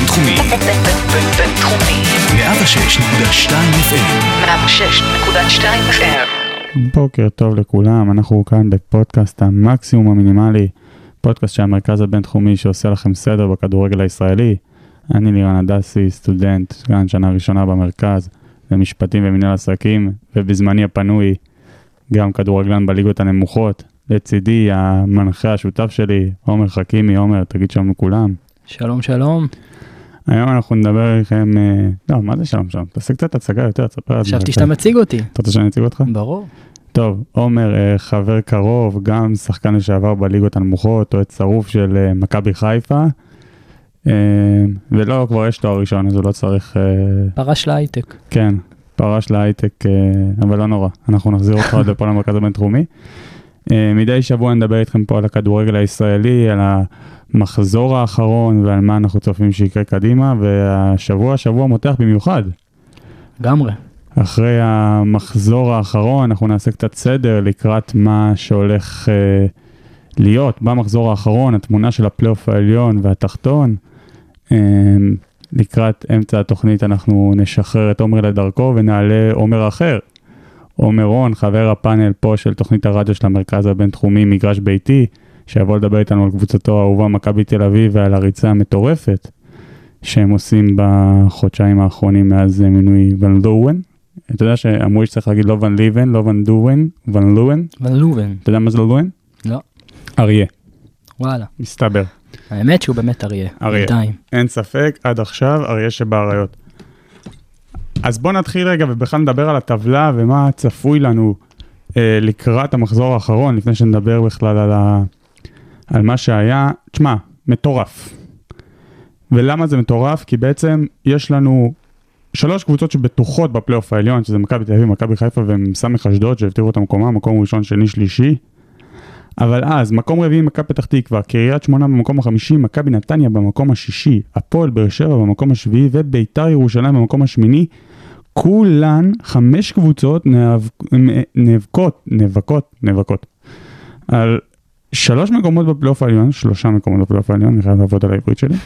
בינתחומי. בינתחומי. 106.2 FM. 106.2 FM. בוקר טוב לכולם, אנחנו כאן בפודקאסט המקסימום המינימלי, פודקאסט שהמרכז הבינתחומי שעושה לכם סדר בכדורגל הישראלי. אני לירן הדסי, סטודנט, סגן שנה ראשונה במרכז, למשפטים ומנהל עסקים, ובזמני הפנוי גם כדורגלן בליגות הנמוכות. לצידי המנחה השותף שלי, עומר חכימי. עומר, תגיד שלום לכולם. שלום, שלום. היום אנחנו נדבר לכם, לא, מה זה שלום שלום? תעשה קצת הצגה יותר, תספר. חשבתי שאתה מציג אותי. אתה רוצה שאני אציג אותך? ברור. טוב, עומר חבר קרוב, גם שחקן לשעבר בליגות הנמוכות, או את שרוף של מכבי חיפה, ולא, כבר יש תואר ראשון, אז הוא לא צריך... פרש להייטק. כן, פרש להייטק, אבל לא נורא, אנחנו נחזיר אותך עוד לפה למרכז הבינתחומי. מדי שבוע נדבר איתכם פה על הכדורגל הישראלי, על המחזור האחרון ועל מה אנחנו צופים שיקרה קדימה, והשבוע מותח במיוחד. גמרי. אחרי המחזור האחרון אנחנו נעשה קצת סדר לקראת מה שהולך להיות במחזור האחרון, התמונה של הפלייאוף העליון והתחתון. לקראת אמצע התוכנית אנחנו נשחרר את עומר לדרכו ונעלה עומר אחר. עומר רון, חבר הפאנל פה של תוכנית הרדיו של המרכז הבינתחומי מגרש ביתי, שיבוא לדבר איתנו על קבוצתו האהובה מכבי תל אביב ועל הריצה המטורפת שהם עושים בחודשיים האחרונים מאז מינוי ון לואן. אתה יודע שאמרו שצריך להגיד לא ון ליבן, לא ון דואן, ון לואן. ון לואן. אתה יודע מה זה לואן? לא. אריה. וואלה. מסתבר. האמת שהוא באמת אריה. אריה. אין ספק, עד עכשיו אריה שבאריות. אז בוא נתחיל רגע ובכלל נדבר על הטבלה ומה צפוי לנו לקראת המחזור האחרון, לפני שנדבר בכלל על מה שהיה. תשמע, מטורף. ולמה זה מטורף? כי בעצם יש לנו 3 קבוצות שבטוחות בפלייאוף העליון, שזה מכבי תל אביב, מכבי חיפה ומסמך אשדוד, שהבטיחו את המקומה, מקום ראשון, שני, שלישי. אבל אז, מקום רביעי, מכבי פתח תקווה, קריית שמונה במקום החמישי, מכבי נתניה במקום השישי, הפועל באר שבע במקום השביעי, וביתר ירושלים במקום השמיני. כולן 5 קבוצות נאבקות על 3 מקומות בפלייאוף העליון, 3 מקומות בפלייאוף העליון, אני חייב לעבוד על העברית שלי.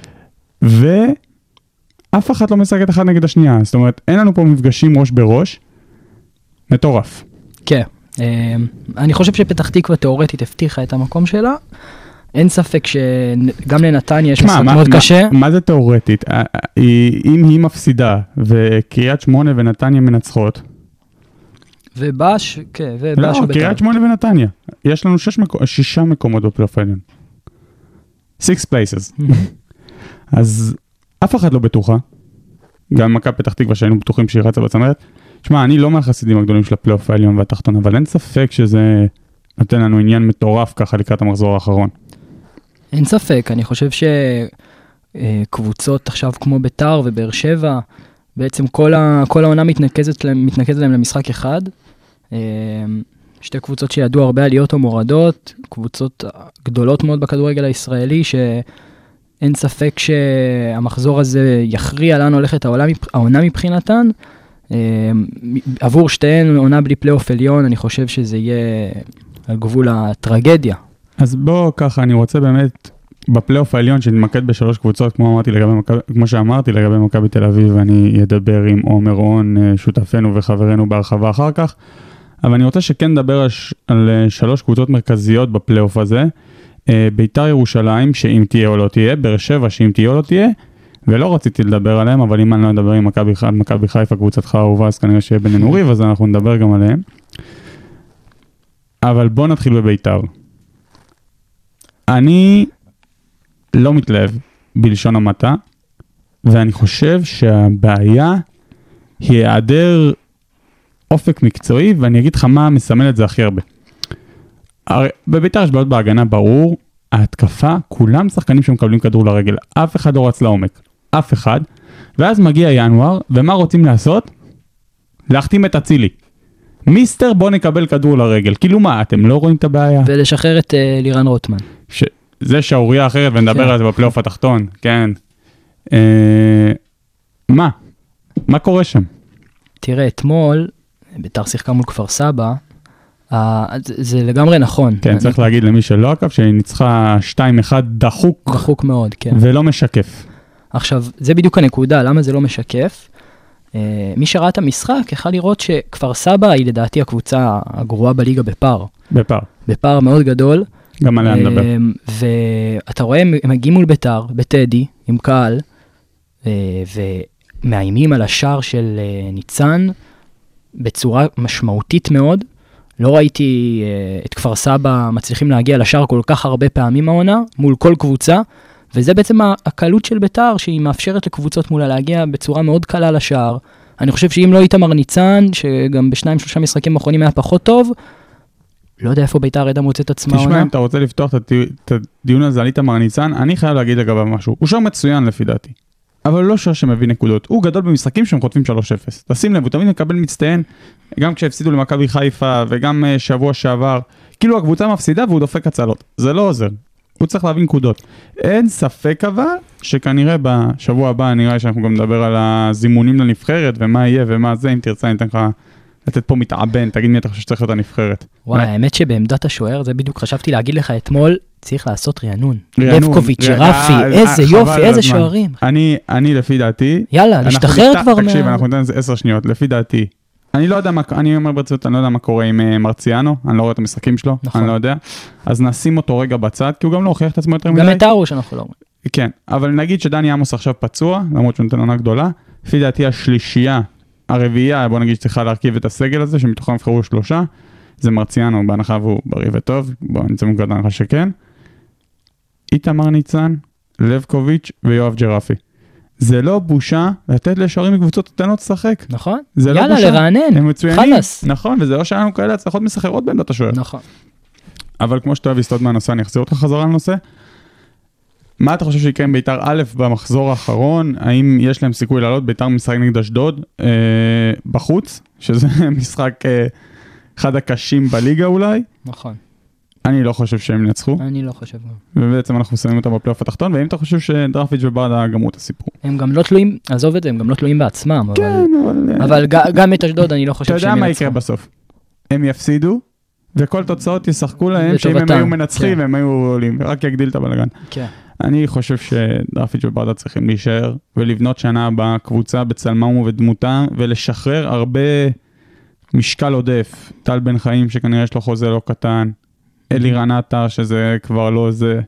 ואף אחד לא משחקת אחד נגד השנייה, זאת אומרת, אין לנו פה מפגשים ראש בראש, מטורף. כן. אני חושב שפתח תקווה תיאורטית הבטיחה את המקום שלה. אין ספק שגם לנתניה יש משחק מאוד קשה. מה זה תיאורטית? אם היא מפסידה וקריית שמונה ונתניה מנצחות. ובאש, כן, לא, קריית שמונה ונתניה. יש לנו 6 מקומות בפלייאוף העליון. 6 places. אז אף אחד לא בטוחה. גם מכבי פתח תקווה שהיינו בטוחים שהיא רצה בצמרת. תשמע, אני לא מהחסידים הגדולים של הפלייאוף העליון והתחתון, אבל אין ספק שזה נותן לנו עניין מטורף ככה לקראת המחזור האחרון. אין ספק, אני חושב שקבוצות עכשיו כמו ביתר ובאר שבע, בעצם כל העונה מתנקזת להם למשחק אחד. 2 קבוצות שידעו הרבה עליות או מורדות, קבוצות גדולות מאוד בכדורגל הישראלי, שאין ספק שהמחזור הזה יכריע לאן הולכת העונה מבחינתן. עבור שתיהן עונה בלי פלייאוף עליון, אני חושב שזה יהיה על גבול הטרגדיה. אז בוא ככה, אני רוצה באמת בפלייאוף העליון שנתמקד ב3 קבוצות, כמו שאמרתי לגבי מכבי תל אביב, ואני אדבר עם עומר רון, שותפנו וחברנו בהרחבה אחר כך, אבל אני רוצה שכן נדבר על 3 קבוצות מרכזיות בפלייאוף הזה, ביתר ירושלים, שאם תהיה או לא תהיה, באר שבע שאם תהיה או לא תהיה, ולא רציתי לדבר עליהם, אבל אם אני לא אדבר עם מכבי חיפה, קבוצתך האהובה, אז כנראה שיהיה בינינו ריב, אז אנחנו נדבר גם עליהם. אבל בוא נתחיל בביתר. אני לא מתלהב בלשון המעטה, ואני חושב שהבעיה היא היעדר אופק מקצועי, ואני אגיד לך מה מסמל את זה הכי הרבה. בביתר יש בעיות בהגנה, ברור, ההתקפה, כולם שחקנים שמקבלים כדור לרגל, אף אחד לא רץ לעומק, אף אחד, ואז מגיע ינואר, ומה רוצים לעשות? להחתים את הצילי. מיסטר, בוא נקבל כדור לרגל. כאילו מה, אתם לא רואים את הבעיה? ולשחרר את לירן רוטמן. זה שעוריה אחרת, ונדבר על זה בפלייאוף התחתון, כן. מה קורה שם? תראה, אתמול, ביתר שיחקה מול כפר סבא, זה לגמרי נכון. כן, צריך להגיד למי שלא עקב, שהיא ניצחה 2-1 דחוק. דחוק מאוד, כן. ולא משקף. עכשיו, זה בדיוק הנקודה, למה זה לא משקף? מי שראה את המשחק, יכול לראות שכפר סבא היא לדעתי הקבוצה הגרועה בליגה בפער. בפער מאוד גדול. גם עליה נדבר. ואתה רואה, הם מגיעים מול ביתר, בטדי, עם קהל, ומאיימים על השער של ניצן, בצורה משמעותית מאוד. לא ראיתי את כפר סבא מצליחים להגיע לשער כל כך הרבה פעמים העונה, מול כל קבוצה, וזה בעצם הקלות של ביתר, שהיא מאפשרת לקבוצות מולה להגיע בצורה מאוד קלה לשער. אני חושב שאם לא איתמר ניצן, שגם ב2-3 משחקים האחרונים היה פחות טוב, לא יודע איפה ביתר ידע מוצא את עצמה. תשמע, אם אתה רוצה לפתוח את הדיון הזה על איתמר ניצן, אני חייב להגיד לגביו משהו. הוא שוער מצוין לפי דעתי, אבל לא שוער שמביא נקודות. הוא גדול במשחקים שהם חוטפים 3-0. תשים לב, הוא תמיד מקבל מצטיין, גם כשהפסידו למכבי חיפה וגם שבוע שעבר. כאילו הקבוצה מפסידה והוא דופק הצלות. זה לא עוזר. הוא צריך להביא נקודות. אין ספק אבל שכנראה בשבוע הבא נראה שאנחנו גם נדבר על הזימונים לנבחרת ומה יהיה ומה זה, אם תרצה אני אתן לך לתת פה מתעבן, תגיד מי אתה חושב שצריך להיות הנבחרת. וואי, האמת שבעמדת השוער, זה בדיוק חשבתי להגיד לך אתמול, צריך לעשות רענון. לבקוביץ', רפי, איזה יופי, איזה שוערים. אני לפי דעתי, יאללה, להשתחרר כבר. תקשיב, אנחנו ניתן לזה 10 שניות, לפי דעתי. אני לא יודע אני אומר ברצינות, אני לא יודע מה קורה עם מרציאנו, אני לא רואה את המשחקים שלו, אני לא יודע. אז נשים אותו רגע בצד, כי הוא גם לא הוכיח את עצמו יותר מדי. גם את הארוש אנחנו לא רואים. כן, אבל נגיד שדני עמוס עכשיו פצוע, למרות שהוא נותן עונה גדולה, לפי דעתי השלישייה, הרביעייה, בוא נגיד שצריכה להרכיב את הסגל הזה, שמתוכם נבחרו 3, זה מרציאנו, בהנחה והוא בריא וטוב, בוא נצא מנקודת ההנחה שכן. איתמר ניצן, לבקוביץ' ויואב ג'רפי. זה לא בושה לתת לשוערים מקבוצות קטנות לשחק. נכון. זה יאללה, לא בושה. לרענן. הם מצוינים. חלס. נכון, וזה לא שלנו כאלה הצלחות מסחררות בעמדת השוער. נכון. אבל כמו שאתה אוהב לסטות מהנושא, אני אחזיר אותך חזרה לנושא. מה אתה חושב שיקרה עם ביתר א' במחזור האחרון? האם יש להם סיכוי לעלות? ביתר משחק נגד אשדוד בחוץ, שזה משחק אחד הקשים בליגה אולי. נכון. אני לא חושב שהם ינצחו. אני לא חושב. ובעצם אנחנו שמים אותם בפלייאוף התחתון, ואם אתה חושב שדרפיץ' וברדה גמרו את הסיפור. הם גם לא תלויים, עזוב את זה, הם גם לא תלויים בעצמם. כן, אבל גם את אשדוד אני לא חושב שהם ינצחו. אתה יודע מה יקרה בסוף? הם יפסידו, וכל תוצאות ישחקו להם, שאם הם היו מנצחים, הם היו עולים, רק יגדיל את הבלגן. כן. אני חושב שדרפיץ' וברדה צריכים להישאר, ולבנות שנה הבאה קבוצה בצלמם ובדמותם, ולשחרר הרבה משקל עודף. טל בן חיים, שכנראה יש לו חוזה לא קטן, אלירן עטר, שזה כבר לא זה.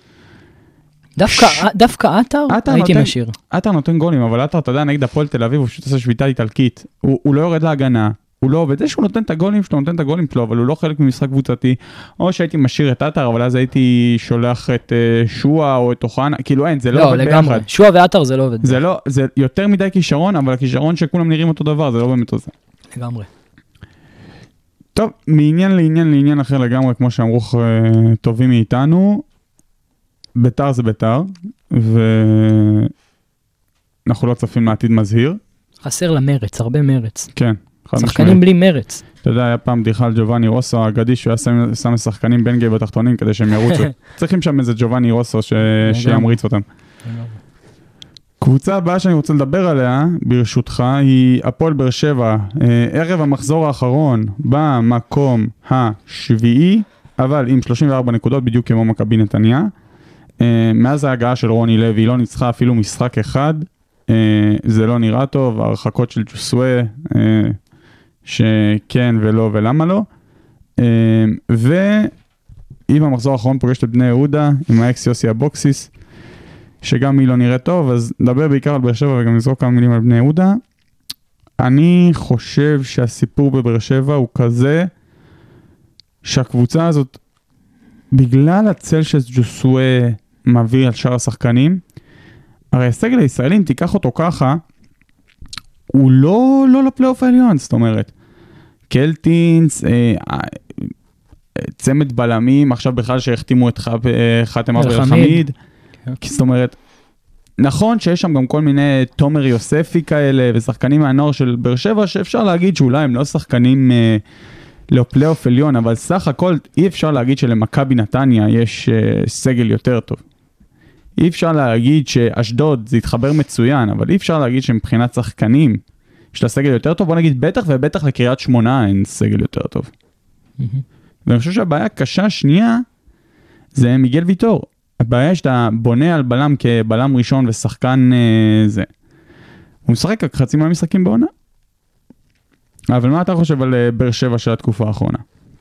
דווקא עטר הייתי משאיר. עטר נותן גולים, אבל עטר, אתה יודע, נגד הפועל תל אביב, הוא פשוט עושה שביתה איטלקית. הוא לא יורד להגנה, הוא לא עובד. זה שהוא נותן את הגולים שלו, נותן את הגולים שלו, אבל הוא לא חלק ממשחק קבוצתי. או שהייתי משאיר את עטר, אבל אז הייתי שולח את שואה או את אוחנה. כאילו אין, זה לא עובד ביחד. שואה ועטר זה לא עובד. זה יותר מדי כישרון, אבל הכישרון שכולם נראים אותו דבר, זה לא באמת עושה. לגמרי. טוב, מעניין לעניין אחר לגמרי, כמו שאמרו טובים מאיתנו, ביתר זה ביתר, ואנחנו לא צפים לעתיד מזהיר. חסר למרץ, הרבה מרץ. כן. שחקנים בלי מרץ. אתה יודע, היה פעם בדיחה על ג'ובאני רוסו האגדי, שהוא היה שם שחקנים בין גיא בתחתונים כדי שהם ירוצו. צריכים שם איזה ג'ובאני רוסו שימריץ אותם. קבוצה הבאה שאני רוצה לדבר עליה, ברשותך, היא הפועל באר שבע, ערב המחזור האחרון, במקום השביעי, אבל עם 34 נקודות, בדיוק כמו מכבי נתניה. מאז ההגעה של רוני לוי, היא לא ניצחה אפילו משחק אחד, זה לא נראה טוב, ההרחקות של ג'וסווה, שכן ולא ולמה לא. ואם המחזור האחרון פוגשת את בני יהודה, עם האקס יוסי אבוקסיס, שגם היא לא נראית טוב, אז נדבר בעיקר על באר שבע וגם נזרוק כמה מילים על בני יהודה. אני חושב שהסיפור בבאר שבע הוא כזה, שהקבוצה הזאת, בגלל הצל שג'וסווה מביא על שאר השחקנים, הרי הסגל הישראלי, אם תיקח אותו ככה, הוא לא לפלייאוף העליון, זאת אומרת, קלטינס, צמד בלמים, עכשיו בכלל שהחתימו את חתם אבר חמיד, זאת אומרת, נכון שיש שם גם כל מיני תומר יוספי כאלה, ושחקנים מהנוער של באר שבע, שאפשר להגיד שאולי הם לא שחקנים לפלייאוף עליון, אבל סך הכל אי אפשר להגיד שלמכבי נתניה יש סגל יותר טוב. אי אפשר להגיד שאשדוד זה יתחבר מצוין, אבל אי אפשר להגיד שמבחינת שחקנים יש לה סגל יותר טוב, בוא נגיד בטח ובטח לקריית שמונה אין סגל יותר טוב. ואני חושב שהבעיה הקשה השנייה זה מיגל ויטור. הבעיה שאתה בונה על בלם כבלם ראשון ושחקן זה. הוא משחק רק חצי מהמשחקים בעונה. אבל מה אתה חושב על באר שבע של התקופה האחרונה?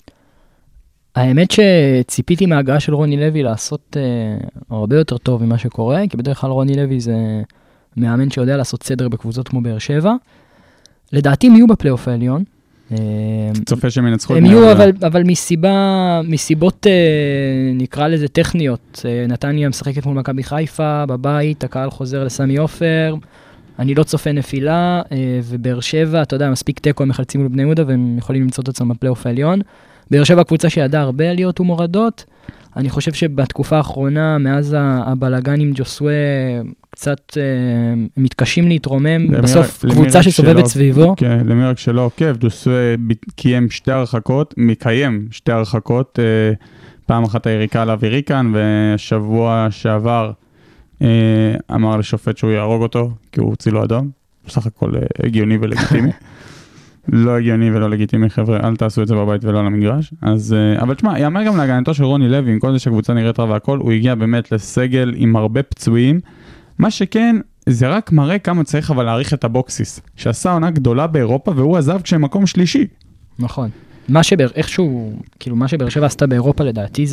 האמת שציפיתי מההגעה של רוני לוי לעשות הרבה יותר טוב ממה שקורה, כי בדרך כלל רוני לוי זה מאמן שיודע לעשות סדר בקבוצות כמו באר שבע. לדעתי הם יהיו בפלייאוף העליון. צופה שהם ינצחו. הם יהיו, אבל מסיבות נקרא לזה טכניות. נתניה משחקת מול מכבי חיפה, בבית, הקהל חוזר לסמי עופר. אני לא צופה נפילה, ובאר שבע, אתה יודע, מספיק טקו הם מחלצים מול בני יהודה, והם יכולים למצוא את עצמם בפלייאוף העליון. באר שבע קבוצה שידעה הרבה עליות ומורדות. אני חושב שבתקופה האחרונה, מאז הבלגן עם ג'וסווה, קצת מתקשים להתרומם. בסוף קבוצה שסובבת סביבו. כן, למי רק שלא עוקב, ג'וסווה מקיים שתי הרחקות, פעם אחת היריקה עליו יריקן, ושבוע שעבר אמר לשופט שהוא יהרוג אותו, כי הוא הוציא לו אדום. בסך הכל הגיוני ולגיטימי. לא הגיוני ולא לגיטימי, חבר'ה, אל תעשו את זה בבית ולא למגרש. אז, אבל תשמע, יאמר גם להגנתו של רוני לוי, עם כל זה שהקבוצה נראית רע והכל, הוא הגיע באמת לסגל עם הרבה פצועים. מה שכן, זה רק מראה כמה צריך אבל להעריך את הבוקסיס, שעשה עונה גדולה באירופה, והוא עזב כשהם מקום שלישי. נכון. איכשהו, כאילו מה שבאר שבע עשתה באירופה לדעתי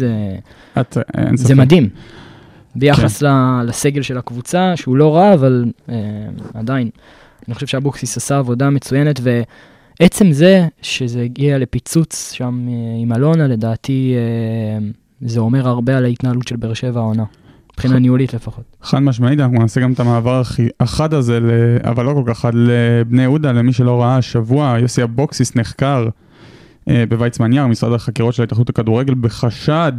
זה מדהים. ביחס לסגל של הקבוצה, שהוא לא רע, אבל עדיין. אני חושב שהבוקסיס עשה עבודה מצוינת, ועצם זה שזה הגיע לפיצוץ שם עם אלונה, לדעתי זה אומר הרבה על ההתנהלות של באר שבע העונה. מבחינה ניהולית לפחות. חד משמעית, אנחנו נעשה גם את המעבר החד הזה, אבל לא כל כך חד, לבני יהודה, למי שלא ראה השבוע, יוסי הבוקסיס נחקר בוויצמן יער, משרד החקירות של ההתאחדות הכדורגל, בחשד,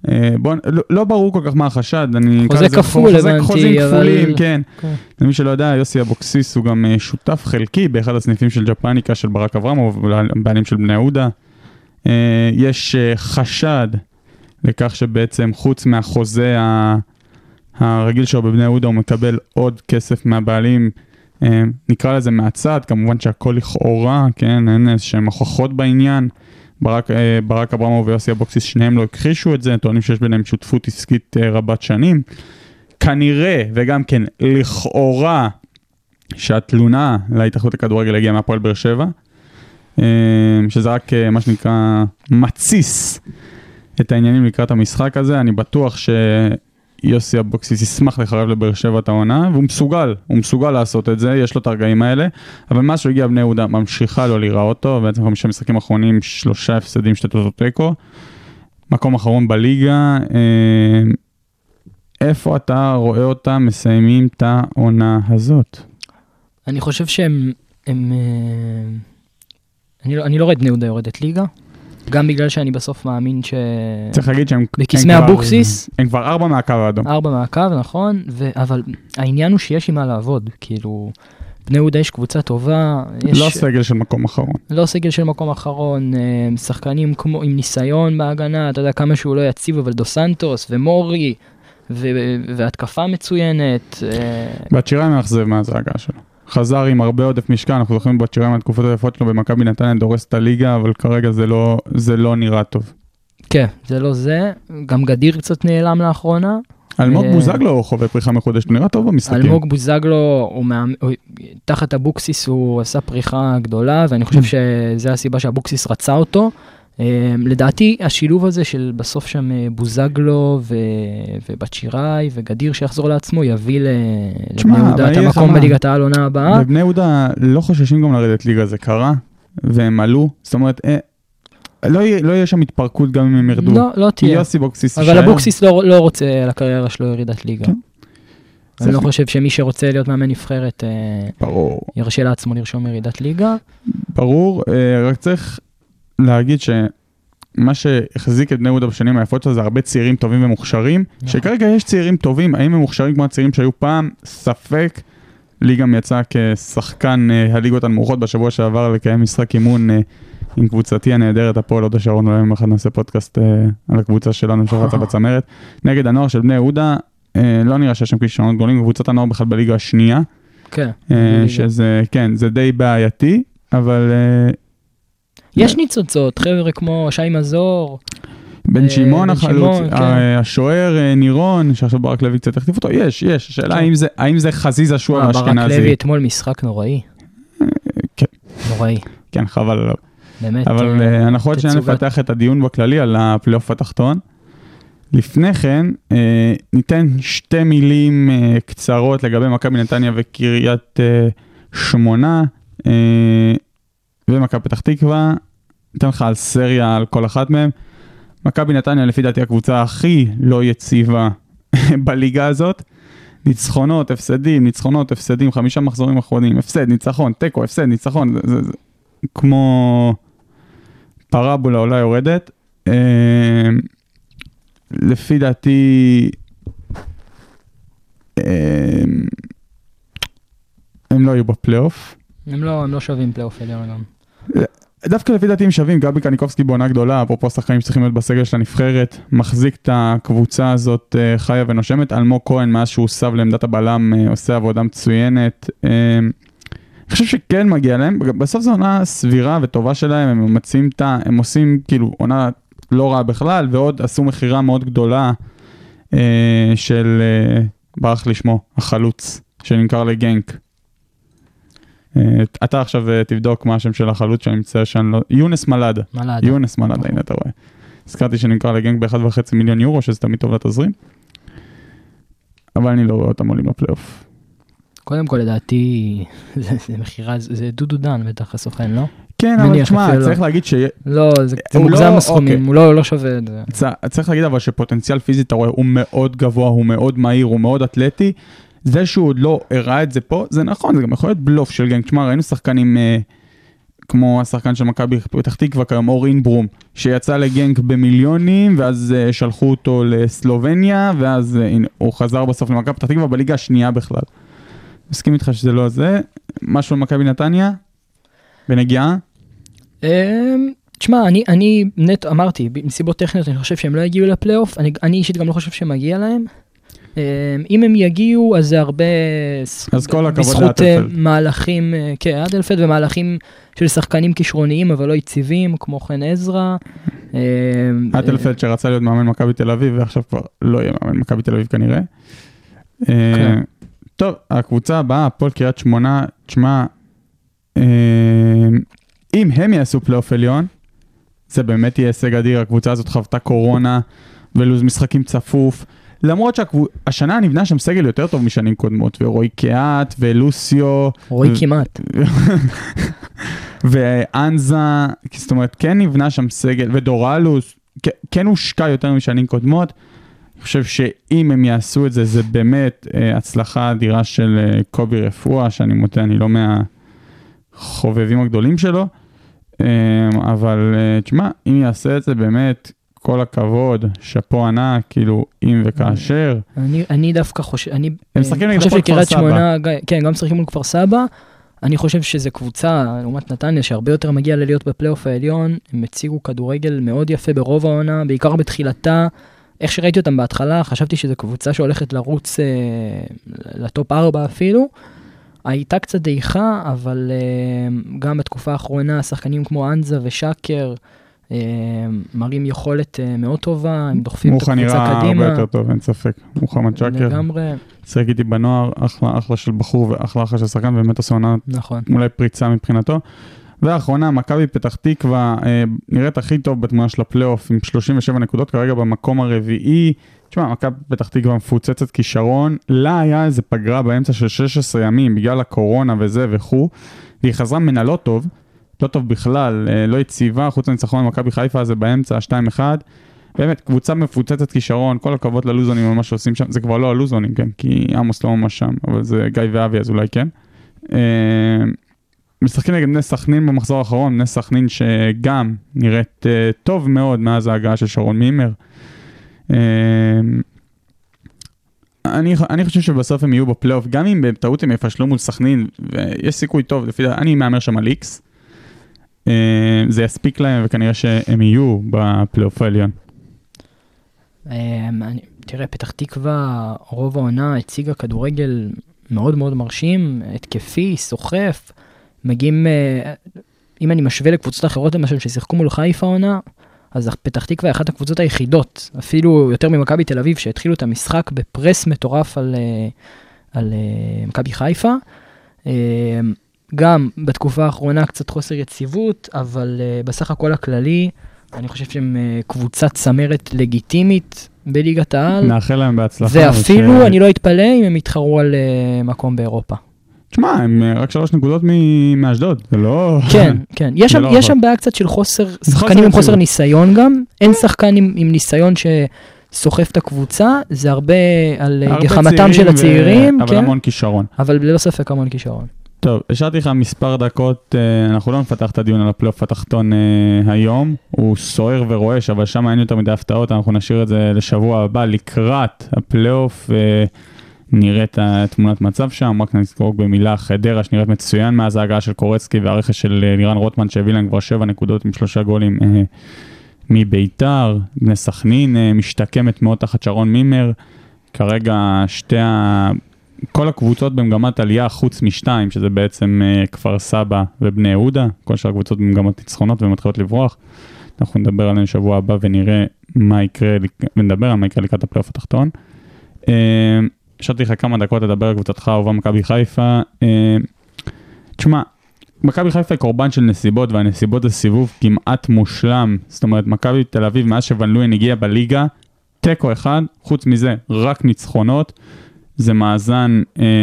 לא ברור כל כך מה החשד, חוזה כפול, חוזים כפולים, כן. למי שלא יודע, יוסי אבוקסיס הוא גם שותף חלקי באחד הסניפים של ג'פניקה של ברק אברמוב, בעלים של בני יהודה. יש חשד לכך שבעצם חוץ מהחוזה הרגיל שלו בבני יהודה, הוא מקבל עוד כסף מהבעלים, נקרא לזה מהצד, כמובן שהכל לכאורה, כן, אין איזשהם הוכחות בעניין. ברק אברמוב ויוסי אבוקסיס, שניהם לא הכחישו את זה, טוענים שיש ביניהם שותפות עסקית רבת שנים. כנראה, וגם כן, לכאורה, שהתלונה להתאחדות הכדורגל הגיעה מהפועל באר שבע, שזה רק מה שנקרא מציס את העניינים לקראת המשחק הזה. אני בטוח שיוסי אבוקסיס ישמח לחרב לבאר שבע את העונה, והוא מסוגל לעשות את זה, יש לו את הרגעים האלה, אבל מה שהוא הגיע בני יהודה ממשיכה לא לראות אותו, בעצם 5 משחקים אחרונים, 3 הפסדים, 2 תוצאות תיקו, מקום אחרון בליגה. איפה אתה רואה אותם מסיימים את העונה הזאת? אני חושב שהם אני לא רואה את בני יהודה יורדת ליגה, גם בגלל שאני בסוף מאמין צריך להגיד שהם בקסמי הבוקסיס הם כבר 4 מהקו האדום. 4 מהקו, נכון, אבל העניין הוא שיש עם מה לעבוד, כאילו בני יהודה יש קבוצה טובה, לא סגל של מקום אחרון. לא סגל של מקום אחרון, שחקנים כמו עם ניסיון בהגנה, אתה יודע כמה שהוא לא יציב, אבל דו סנטוס ומורי והתקפה מצוינת. בצ'ירה מאכזב מאז ההגעה שלו. חזר עם הרבה עודף משקל, אנחנו זוכרים בצ'ירה מהתקופות היפות שלו במכבי נתניה, דורס את הליגה, אבל כרגע זה לא נראה טוב. כן, זה לא זה. גם גדיר קצת נעלם לאחרונה. אלמוג בוזגלו חווה פריחה מחודשת, נראה טוב במשחקים. אלמוג בוזגלו, תחת הבוקסיס הוא עשה פריחה גדולה, ואני חושב שזה הסיבה שהבוקסיס רצה אותו. לדעתי, השילוב הזה של בסוף שם בוזגלו ובצ'יראי וגדיר שיחזור לעצמו, יביא לבני יהודה את המקום בליגת העל עונה הבאה. ובני יהודה לא חוששים גם לרדת ליגה, זה קרה, והם עלו, זאת אומרת, לא יהיה שם התפרקות גם אם הם ירדו. לא תהיה. יוסי בוקסיס אבל הבוקסיס לא רוצה לקריירה שלו ירידת ליגה. אני לא חושב שמי שרוצה להיות מאמן נבחרת, ירשה לעצמו לרשום ירידת ליגה. ברור, רק צריך להגיד שמה שהחזיק את בני יהודה בשנים היפות שלו זה הרבה צעירים טובים ומוכשרים, שכרגע יש צעירים טובים, האם הם מוכשרים כמו הצעירים שהיו פעם? ספק. לי גם יצא כשחקן הליגות הנמוכות בשבוע שעבר לקיים משחק אימון עם קבוצתי הנהדרת, הפועל הוד השרון, אולי יום אחד נעשה פודקאסט על הקבוצה שלנו שרצה בצמרת, נגד הנוער של בני יהודה, לא נראה שיש שם כישרונות גדולים, קבוצת הנוער בכלל בליגה השנייה, שזה, כן, זה די בעייתי, אבל יש ניצוצות, חבר'ה כמו שי מזור. בן שמעון החלוץ, השוער נירון, שעכשיו ברק לוי קצת החטיף אותו, יש, השאלה האם זה חזיזה שועה האשכנזי. ברק לוי אתמול משחק נוראי. כן. נוראי. כן, חבל עליו. באמת. אבל אנחנו עוד שניה נפתח את הדיון בכללי על הפלייאוף התחתון. לפני כן, ניתן שתי מילים קצרות לגבי מכבי נתניה וקריית שמונה, ומכבי פתח תקווה. ניתן לך על סריה על כל אחת מהם. מכבי נתניה לפי דעתי הקבוצה הכי לא יציבה בליגה הזאת. ניצחונות, הפסדים, 5 מחזורים אחרונים, הפסד, ניצחון, טקו, הפסד, ניצחון, זה כמו פרבולה עולה יורדת. לפי דעתי הם לא יהיו בפלייאוף. הם לא שווים פלייאוף עליון גם. דווקא לפי דעתי הם שווים, גבי קניקובסקי בעונה גדולה, אפרופו שחקנים שצריכים להיות בסגל של הנבחרת, מחזיק את הקבוצה הזאת חיה ונושמת. אלמוג כהן מאז שהוא סב לעמדת הבלם עושה עבודה מצוינת. אני חושב שכן מגיע להם, בסוף זו עונה סבירה וטובה שלהם, הם מציעים הם עושים כאילו עונה לא רעה בכלל, ועוד עשו מחירה מאוד גדולה של ברח לשמו, החלוץ, שנמכר לגנק. אתה עכשיו תבדוק מה השם של החלוץ שנמצא שם, יונס מלאדה. יונס מלאדה, הנה אתה רואה. הזכרתי שנמכר לגנק ב1.5 מיליון יורו, שזה תמיד טוב לתזרים. אבל אני לא רואה אותם עולים לפלייאוף. קודם כל לדעתי, זה מחירה, זה דודו דן בטח הסוכן, לא? כן, אבל תשמע, צריך להגיד ש... לא, זה מוגזם הסכומים, הוא לא שווה את זה. צריך להגיד אבל שפוטנציאל פיזי, אתה רואה, הוא מאוד גבוה, הוא מאוד מהיר, הוא מאוד אתלטי. זה שהוא עוד לא הראה את זה פה, זה נכון, זה גם יכול להיות בלוף של גנק. תשמע, ראינו שחקנים כמו השחקן של מכבי פתח תקווה, כיום אור אינברום, שיצא לגנק במיליונים, ואז שלחו אותו לסלובניה, ואז הוא חזר בסוף למכבי פתח תקווה בליגה השנייה בכלל. מסכים איתך שזה לא זה. משהו על מכבי נתניה? בנגיעה? תשמע, אני נט אמרתי, מסיבות טכניות, אני חושב שהם לא יגיעו לפלייאוף, אני אישית גם לא חושב שמגיע להם. אם הם יגיעו, אז זה הרבה בזכות מהלכים, כן, אדלפלד ומהלכים של שחקנים כישרוניים, אבל לא יציבים, כמו כן עזרא. אדלפלד שרצה להיות מאמן מכבי תל אביב, ועכשיו כבר לא יהיה מאמן מכבי תל אביב כנראה. טוב, הקבוצה הבאה, הפועל קריית שמונה, תשמע, אם הם יעשו פלייאוף עליון, זה באמת יהיה הישג אדיר. הקבוצה הזאת חוותה קורונה ולוז משחקים צפוף, למרות שהשנה נבנה שם סגל יותר טוב משנים קודמות, ורועי קיאט ולוסיו. רועי כמעט. ואנזה, זאת אומרת, כן נבנה שם סגל, ודורלוס, כן הושקע יותר משנים קודמות. אני חושב שאם הם יעשו את זה, זה באמת הצלחה אדירה של קובי רפואה, שאני מוטה, אני לא מהחובבים הגדולים שלו, אבל תשמע, אם יעשה את זה באמת, כל הכבוד, שפו ענק, כאילו, אם וכאשר. אני דווקא חושב, אני משחקים נגד הפועל כפר סבא. כן, גם משחקים מול כפר סבא. אני חושב שזו קבוצה, לעומת נתניה, שהרבה יותר מגיע ללהיות בפלייאוף העליון. הם הציגו כדורגל מאוד יפה ברוב העונה, בעיקר בתחילתה. איך שראיתי אותם בהתחלה, חשבתי שזו קבוצה שהולכת לרוץ לטופ 4 אפילו. הייתה קצת דעיכה, אבל גם בתקופה האחרונה, שחקנים כמו אנזה ושקר, מראים יכולת מאוד טובה, הם דוחפים את הקבוצה קדימה. מוחה נראה הרבה יותר טוב, אין ספק. מוחמד שקר. לגמרי. שחק איתי בנוער, אחלה של בחור ואחלה של שחקן, באמת עושה עונה אולי פריצה מבחינתו. והאחרונה, מכבי פתח תקווה, נראית הכי טוב בתמונה של הפלייאוף, עם 37 נקודות, כרגע במקום הרביעי. תשמע, מכבי פתח תקווה מפוצצת כישרון, לה היה איזה פגרה באמצע של 16 ימים, בגלל הקורונה וזה וכו', והיא חזרה מנה לא טוב, לא טוב בכלל, לא יציבה, חוץ לניצחון מכבי חיפה, זה באמצע, 2-1, באמת, קבוצה מפוצצת כישרון, כל הכבוד ללוזונים על מה שעושים שם, זה כבר לא הלוזונים, כן, כי עמוס לא ממש שם, אבל זה גיא ואבי, אז אולי כן. משחקים נגד בני סכנין במחזור האחרון, בני סכנין שגם נראית טוב מאוד מאז ההגעה של שרון מימר. אני חושב שבסוף הם יהיו בפלייאוף, גם אם בטעות הם יפשלו מול סכנין, ויש סיכוי טוב, אני מאמר שם על איקס, זה יספיק להם, וכנראה שהם יהיו בפלייאוף העליון. תראה, פתח תקווה, רוב העונה הציגה כדורגל מאוד מאוד מרשים, התקפי, סוחף, מגיעים, אם אני משווה לקבוצות אחרות למשל ששיחקו מול חיפה העונה, אז פתח תקווה היא אחת הקבוצות היחידות, אפילו יותר ממכבי תל אביב, שהתחילו את המשחק בפרס מטורף על מכבי חיפה. גם בתקופה האחרונה קצת חוסר יציבות, אבל בסך הכל הכללי, אני חושב שהם קבוצת צמרת לגיטימית בליגת העל. נאחל להם בהצלחה. ואפילו אני לא אתפלא אם הם יתחרו על מקום באירופה. תשמע, הם רק 3 נקודות מאשדוד, זה לא... כן, כן. יש שם בעיה קצת של חוסר, שחקנים עם חוסר ניסיון גם. אין שחקן עם ניסיון שסוחף את הקבוצה, זה הרבה על גחמתם של הצעירים. אבל המון כישרון. אבל ללא ספק המון כישרון. טוב, השארתי לך מספר דקות, אנחנו לא נפתח את הדיון על הפלייאוף התחתון היום, הוא סוער ורועש, אבל שם אין יותר מדי הפתעות, אנחנו נשאיר את זה לשבוע הבא, לקראת הפלייאוף, נראה את תמונת מצב שם, רק נזכור במילה, חדרה שנראית מצוין מאז ההגעה של קורצקי והרכש של לירן רוטמן שהביא להם כבר 7 נקודות עם 3 גולים מביתר, בני סכנין משתקמת מאוד תחת שרון מימר, כרגע כל הקבוצות במגמת עלייה חוץ משתיים, שזה בעצם כפר סבא ובני יהודה, כל שאר הקבוצות במגמת ניצחונות ומתחילות לברוח, אנחנו נדבר עליהן שבוע הבא ונראה מה יקרה, ונדבר על מה יקרה לקראת הפלייאוף התחתון. השארתי לך כמה דקות לדבר על קבוצתך אהובה מכבי חיפה. תשמע, מכבי חיפה היא קורבן של נסיבות, והנסיבות זה סיבוב כמעט מושלם. זאת אומרת, מכבי תל אביב, מאז שוון לואין הגיע בליגה, תיקו אחד, חוץ מזה, רק ניצחונות. זה מאזן,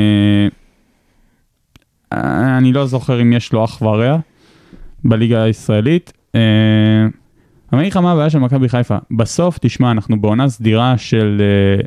אני לא זוכר אם יש לו אח ורע בליגה הישראלית. אבל אני מה הבעיה של מכבי חיפה? בסוף, תשמע, אנחנו בעונה סדירה של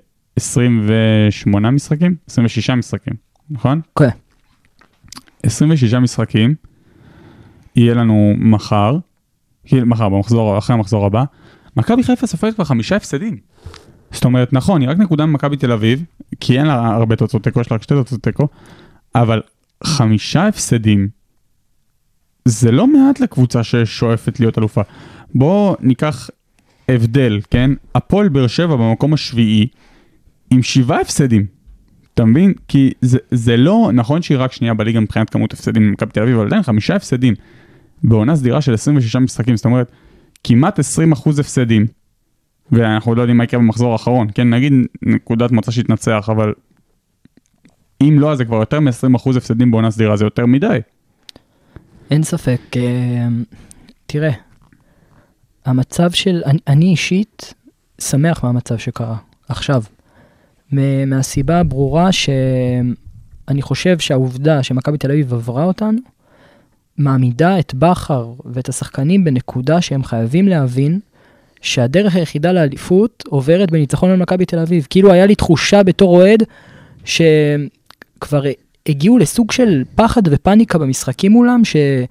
28 משחקים? 26 משחקים, נכון? כן. 26 משחקים, יהיה לנו מחר, אחרי המחזור הבא, מכבי חיפה סופרת כבר 5 הפסדים. זאת אומרת, נכון, היא רק נקודה ממכבי תל אביב, כי אין לה הרבה תוצאות תיקו, יש לה רק 2 תוצאות תיקו, אבל 5 הפסדים, זה לא מעט לקבוצה ששואפת להיות אלופה. בואו ניקח הבדל, כן? הפועל באר שבע במקום השביעי, עם 7 הפסדים. אתה מבין? כי זה לא, נכון שהיא רק שנייה בליגה מבחינת כמות הפסדים ממכבי תל אביב, אבל עדיין 5 הפסדים בעונה סדירה של 26 משחקים, זאת אומרת, כמעט 20% הפסדים, ואנחנו לא יודעים מה יקרה במחזור האחרון, כן? נגיד נקודת מוצא שהתנצח, אבל אם לא, אז זה כבר יותר מ-20% הפסדים בעונה סדירה, זה יותר מדי. אין ספק. תראה, המצב של, אני אישית שמח מהמצב שקרה עכשיו. מהסיבה הברורה שאני חושב שהעובדה שמכבי תל אביב עברה אותנו, מעמידה את בכר ואת השחקנים בנקודה שהם חייבים להבין שהדרך היחידה לאליפות עוברת בניצחון על מכבי תל אביב. כאילו היה לי תחושה בתור אוהד שכבר הגיעו לסוג של פחד ופניקה במשחקים מולם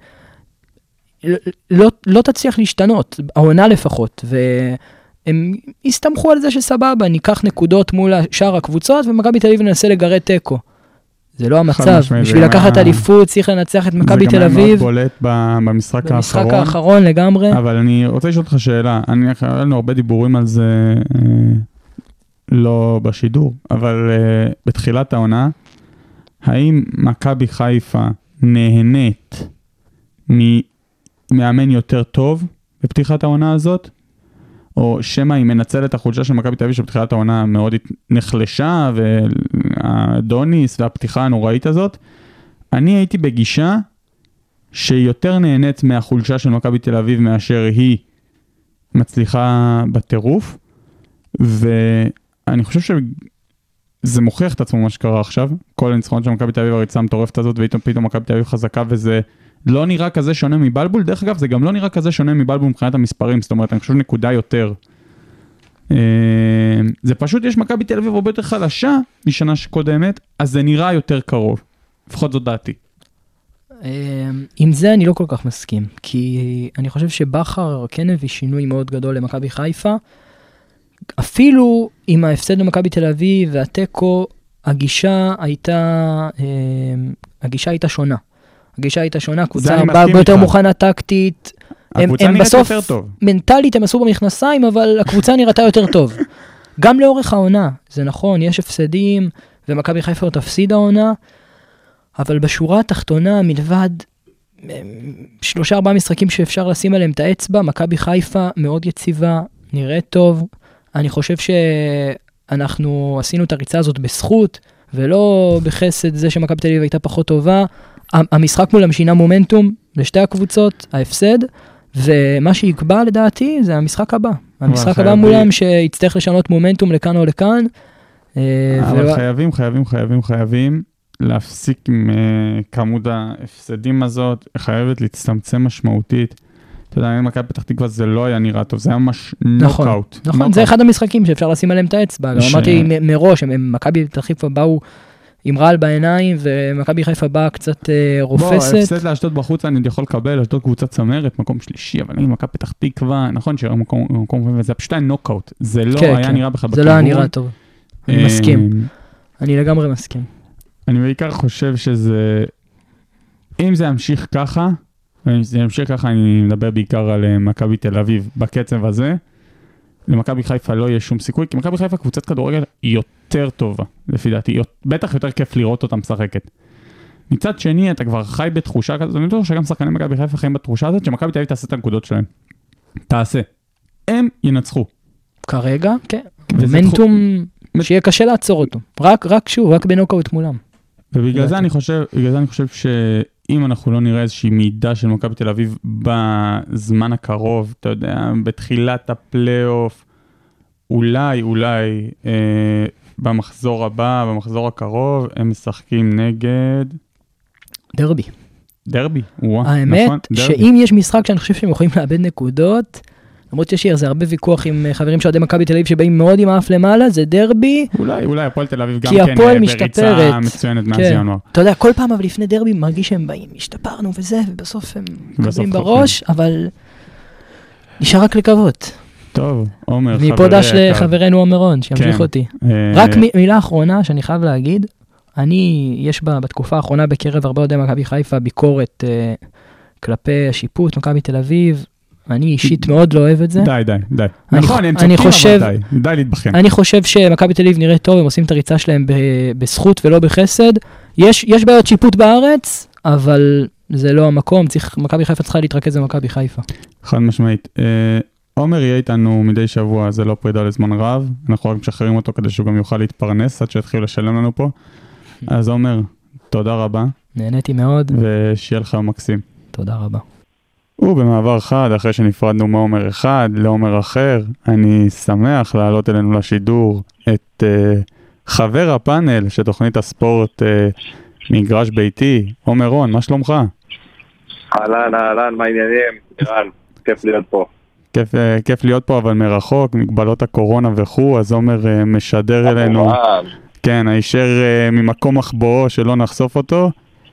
שלא תצליח להשתנות, העונה לפחות, הם הסתמכו על זה שסבבה, ניקח נקודות מול שאר הקבוצות, ומכבי תל אביב ננסה לגרד תיקו. זה לא המצב. בשביל לקחת אליפות, צריך לנצח את מכבי תל אביב. זה גם היה מאוד בולט במשחק האחרון. במשחק האחרון לגמרי. אבל אני רוצה לשאול אותך שאלה. היה לנו הרבה דיבורים על זה, לא בשידור, אבל בתחילת העונה, האם מכבי חיפה נהנית ממאמן יותר טוב בפתיחת העונה הזאת? או שמה היא מנצלת החולשה של מכבי תל אביב שבתחילת העונה מאוד נחלשה, והדוניס והפתיחה הנוראית הזאת, אני הייתי בגישה שיותר נהנית מהחולשה של מכבי תל אביב מאשר היא מצליחה בטירוף, ואני חושב שזה מוכיח את עצמו מה שקרה עכשיו, כל הניצחונות של מכבי תל אביב הריצה המטורפת הזאת, ופתאום מכבי תל אביב חזקה, וזה לא נראה כזה שונה מבלבול, דרך אגב, זה גם לא נראה כזה שונה מבלבול מבחינת המספרים, זאת אומרת, אני חושב נקודה יותר. זה פשוט, יש מכבי תל אביב הרבה יותר חלשה משנה שקודמת, אז זה נראה יותר קרוב. לפחות זו דעתי. עם זה אני לא כל כך מסכים, כי אני חושב שבכר כן הביא שינוי מאוד גדול למכבי חיפה, אפילו עם ההפסד למכבי תל אביב והטקו, הגישה הייתה שונה. הגישה הייתה שונה, קבוצה הרבה יותר מוכנה טקטית, הם בסוף מנטלית הם עשו במכנסיים, אבל הקבוצה נראתה יותר טוב. גם לאורך העונה, זה נכון, יש הפסדים, ומכבי חיפה תפסיד העונה, אבל בשורה התחתונה, מלבד 3-4 משחקים שאפשר לשים עליהם את האצבע, מכבי חיפה מאוד יציבה, נראית טוב, אני חושב שאנחנו עשינו את הריצה הזאת בזכות, ולא בחסד זה שמכבי תל אביב הייתה פחות טובה, המשחק מולם שינה מומנטום לשתי הקבוצות, ההפסד, ומה שיקבע לדעתי זה המשחק הבא. המשחק הבא מולם שיצטרך לשנות מומנטום לכאן או לכאן. אבל חייבים להפסיק עם כמות ההפסדים הזאת, חייבת להצטמצם משמעותית. אתה יודע, מכבי פתח תקווה זה לא היה נראה טוב, זה היה ממש נוקאוט. נכון, זה אחד המשחקים שאפשר לשים עליהם את האצבע. אמרתי מראש, מכבי פתח תקווה באו עם רעל בעיניים, ומכבי חיפה באה קצת רופסת. בוא, הפסד לאשדוד בחוץ אני יכול לקבל, אשדוד קבוצת צמרת, מקום שלישי, אבל אם מכבי פתח תקווה, נכון שירה מקום, וזה פשוט היה נוקאוט, זה לא היה נראה בכלל בכיוון. זה לא היה נראה טוב, אני מסכים, אני לגמרי מסכים. אני בעיקר חושב שזה, אם זה ימשיך ככה, אני מדבר בעיקר על מכבי תל אביב בקצב הזה, למכבי חיפה לא יהיה שום סיכוי, כי מכבי חיפה קבוצת כדורגל יותר טובה, לפי דעתי, בטח יותר כיף לראות אותה משחקת. מצד שני, אתה כבר חי בתחושה כזאת, אני חושב שגם שחקני מכבי חיפה חיים בתחושה הזאת, שמכבי תל אביב תעשה את הנקודות שלהם. תעשה. הם ינצחו. כרגע, כן. מומנטום שיהיה קשה לעצור אותו. רק בנוקאוט מולם. ובגלל זה אני חושב שאם אנחנו לא נראה איזושהי מידה של מכבי תל אביב בזמן הקרוב, אתה יודע, בתחילת הפלייאוף, אולי במחזור הבא, במחזור הקרוב, הם משחקים נגד דרבי. האמת שאם יש משחק שאני חושב שהם יכולים לאבד נקודות, למרות שיש זה הרבה ויכוח עם חברים שעודי מכבי תל אביב שבאים מאוד עם האף למעלה, זה דרבי. אולי הפועל תל אביב גם כן בריצה מצוינת מאז ינואר. אתה יודע, כל פעם אבל לפני דרבי מרגיש שהם באים, השתפרנו וזה, ובסוף הם מקבלים בראש, אבל נשאר רק לקוות. טוב, עומר, מפה דש לחברנו עומרון, שימשיך אותי. רק מילה אחרונה שאני חייב להגיד, יש בתקופה האחרונה בקרב הרבה עודי מכבי חיפה ביקורת כלפי השיפוט, מכבי תל אביב, אני אישית מאוד לא אוהב את זה. די. נכון, הם צודקים, אבל די להתבחן. אני חושב שמכבי תל אביב נראה טוב, הם עושים את הריצה שלהם בזכות ולא בחסד. יש בעיות שיפוט בארץ, אבל זה לא המקום, מכבי חיפה צריכה להתרכז במכבי חיפה. חד משמעית. עומר יהיה איתנו מדי שבוע, זה לא פרידה לזמן רב, אנחנו רק משחררים אותו כדי שהוא גם יוכל להתפרנס, עד שיתחיל לשלם לנו פה. אז עומר, תודה רבה. נהניתי מאוד. ושיהיה לך מקסים. תודה רבה. ובמעבר חד, אחרי שנפרדנו מעומר אחד לעומר אחר, אני שמח לעלות אלינו לשידור את חבר הפאנל של תוכנית הספורט מגרש ביתי, עומר רון, מה שלומך? אהלן, מה העניינים? אירן, כיף להיות פה. כיף להיות פה, אבל מרחוק, מגבלות הקורונה וכו', אז עומר משדר אלינו, כן, הישר ממקום מחבואו שלא נחשוף אותו,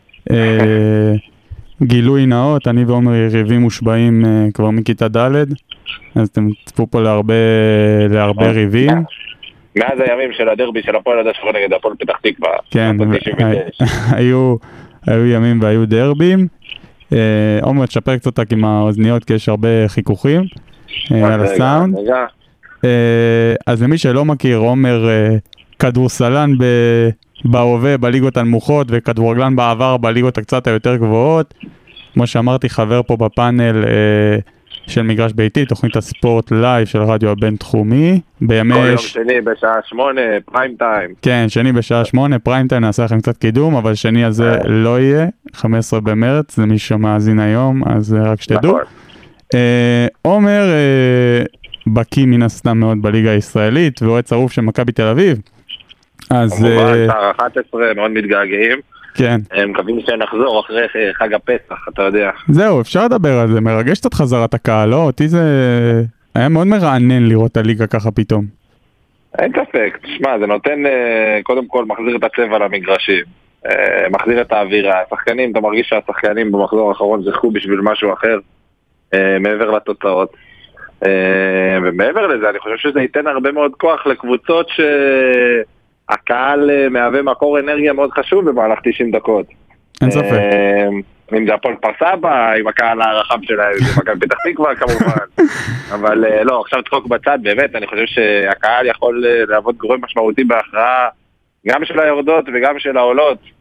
גילוי נאות, אני ועומר יריבים מושבעים כבר מכיתה ד', אז אתם תצפו פה להרבה ריבים. מאז הימים של הדרבי של הפועל עד השחור נגד הפועל פתח תקווה. כן, היו ימים והיו דרבים. עומר, תשפר קצת אותך עם האוזניות, כי יש הרבה חיכוכים על הסאונד. אז למי שלא מכיר, עומר כדורסלן בהווה בליגות הנמוכות, וכדורגלן בעבר בליגות הקצת היותר גבוהות. כמו שאמרתי, חבר פה בפאנל של מגרש ביתי, תוכנית הספורט לייב של רדיו הבינתחומי. כל יום שני בשעה 8, פריים טיים. כן, שני בשעה 8, פריים טיים, נעשה לכם קצת קידום, אבל שני הזה לא יהיה, 15 במרץ, זה מי שמאזין היום, אז רק שתדעו. עומר בקי מן הסתם מאוד בליגה הישראלית, ואוהד צרוף של מכבי תל אביב. אז כמובן, שר 11, מאוד מתגעגעים. כן. מקווים שנחזור אחרי חג הפסח, אתה יודע. זהו, אפשר לדבר על זה, מרגש קצת חזרת הקהל, לא? אותי זה היה מאוד מרענן לראות את הליגה ככה פתאום. אין ספק, תשמע, זה נותן, קודם כל מחזיר את הצבע למגרשים, מחזיר את האווירה, השחקנים, אתה מרגיש שהשחקנים במחזור האחרון זכו בשביל משהו אחר, מעבר לתוצאות. ומעבר לזה, אני חושב שזה ייתן הרבה מאוד כוח לקבוצות שהקהל מהווה מקור אנרגיה מאוד חשוב במהלך 90 דקות. אין ספק. אם זה הפועל כפר סבא, עם הקהל הרחב שלהם, זה מכבי פתח תקווה כמובן. אבל לא, עכשיו צחוק בצד, באמת, אני חושב שהקהל יכול לעבוד גורם משמעותי בהכרעה, גם של היורדות וגם של העולות.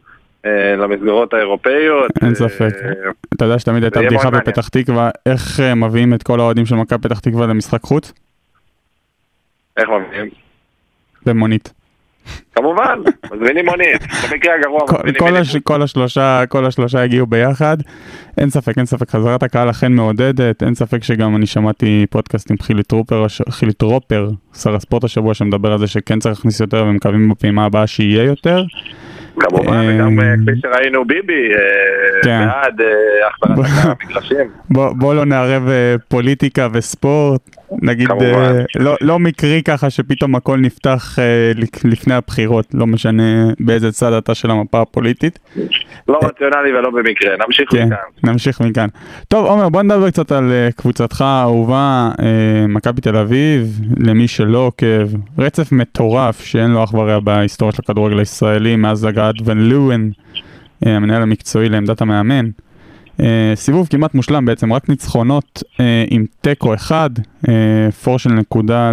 למסגרות האירופאיות. אין ספק. אתה יודע שתמיד הייתה בדיחה בפתח תקווה, איך מביאים את כל האוהדים של מכבי פתח תקווה למשחק חוץ? איך מביאים? במונית. כמובן, מזמינים מונית, במקרה הגרוע כל השלושה הגיעו ביחד, אין ספק, חזרת הקהל אכן מעודדת, אין ספק שגם אני שמעתי פודקאסט עם חילי טרופר, שר הספורט השבוע, שמדבר על זה שכן צריך להכניס יותר, ומקווים בפעימה הבאה שיהיה יותר. כמובן, וגם כפי שראינו ביבי, בעד החזרת הקהל המגרשים. בוא לא נערב פוליטיקה וספורט, נגיד, לא מקרי ככה שפתאום הכל נפתח לפני הבחירות, לא משנה באיזה צד אתה של המפה הפוליטית. לא רציונלי ולא במקרה, נמשיך מכאן. טוב, עומר, בוא נדבר קצת על קבוצתך האהובה, מכבי תל אביב, למי שלא עוקב, רצף מטורף שאין לו אח ורע בהיסטוריה של הכדורגל הישראלי, מאז הגעת ון לואן, המנהל המקצועי לעמדת המאמן. סיבוב כמעט מושלם בעצם, רק ניצחונות עם טקו אחד, פור של נקודה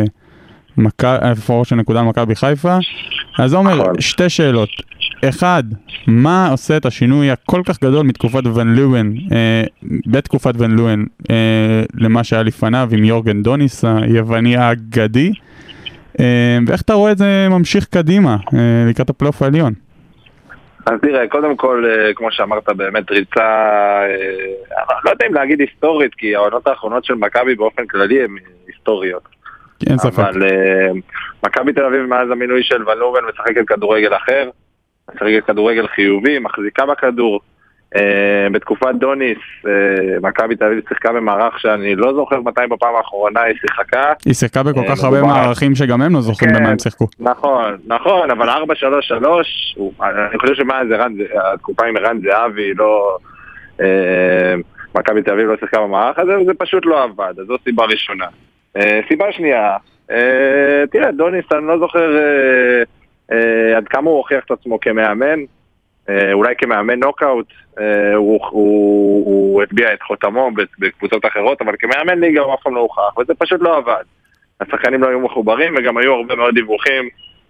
למכבי חיפה. אז עומר, שתי שאלות. אחד, מה עושה את השינוי הכל כך גדול מתקופת ון לואן, בתקופת ון לואן, למה שהיה לפניו עם יורגן דוניס, היווני האגדי, ואיך אתה רואה את זה ממשיך קדימה, לקראת הפלייאוף העליון? אז תראה, קודם כל, כמו שאמרת, באמת ריצה, לא יודע אם להגיד היסטורית, כי העונות האחרונות של מכבי באופן כללי הן היסטוריות. אין ספק. אבל מכבי תל אביב מאז המינוי של ון לואן משחקת כדורגל אחר, משחקת כדורגל חיובי, מחזיקה בכדור. בתקופת דוניס, מכבי תל אביב שיחקה במערך שאני לא זוכר מתי בפעם האחרונה היא שיחקה. היא שיחקה בכל כך הרבה מערכים שגם הם לא זוכרים במה הם שיחקו. נכון, אבל 4-3-3, אני חושב שמאז התקופה עם ערן זהבי, מכבי תל אביב לא שיחקה במערך הזה, וזה פשוט לא עבד, אז זו סיבה ראשונה. סיבה שנייה, תראה, דוניס, אני לא זוכר עד כמה הוא הוכיח את עצמו כמאמן, אולי כמאמן נוקאוט, הוא הטביע את חותמו בקבוצות אחרות, אבל כמאמן ליגה הוא אף פעם לא הוכח, וזה פשוט לא עבד. השחקנים לא היו מחוברים, וגם היו הרבה מאוד דיווחים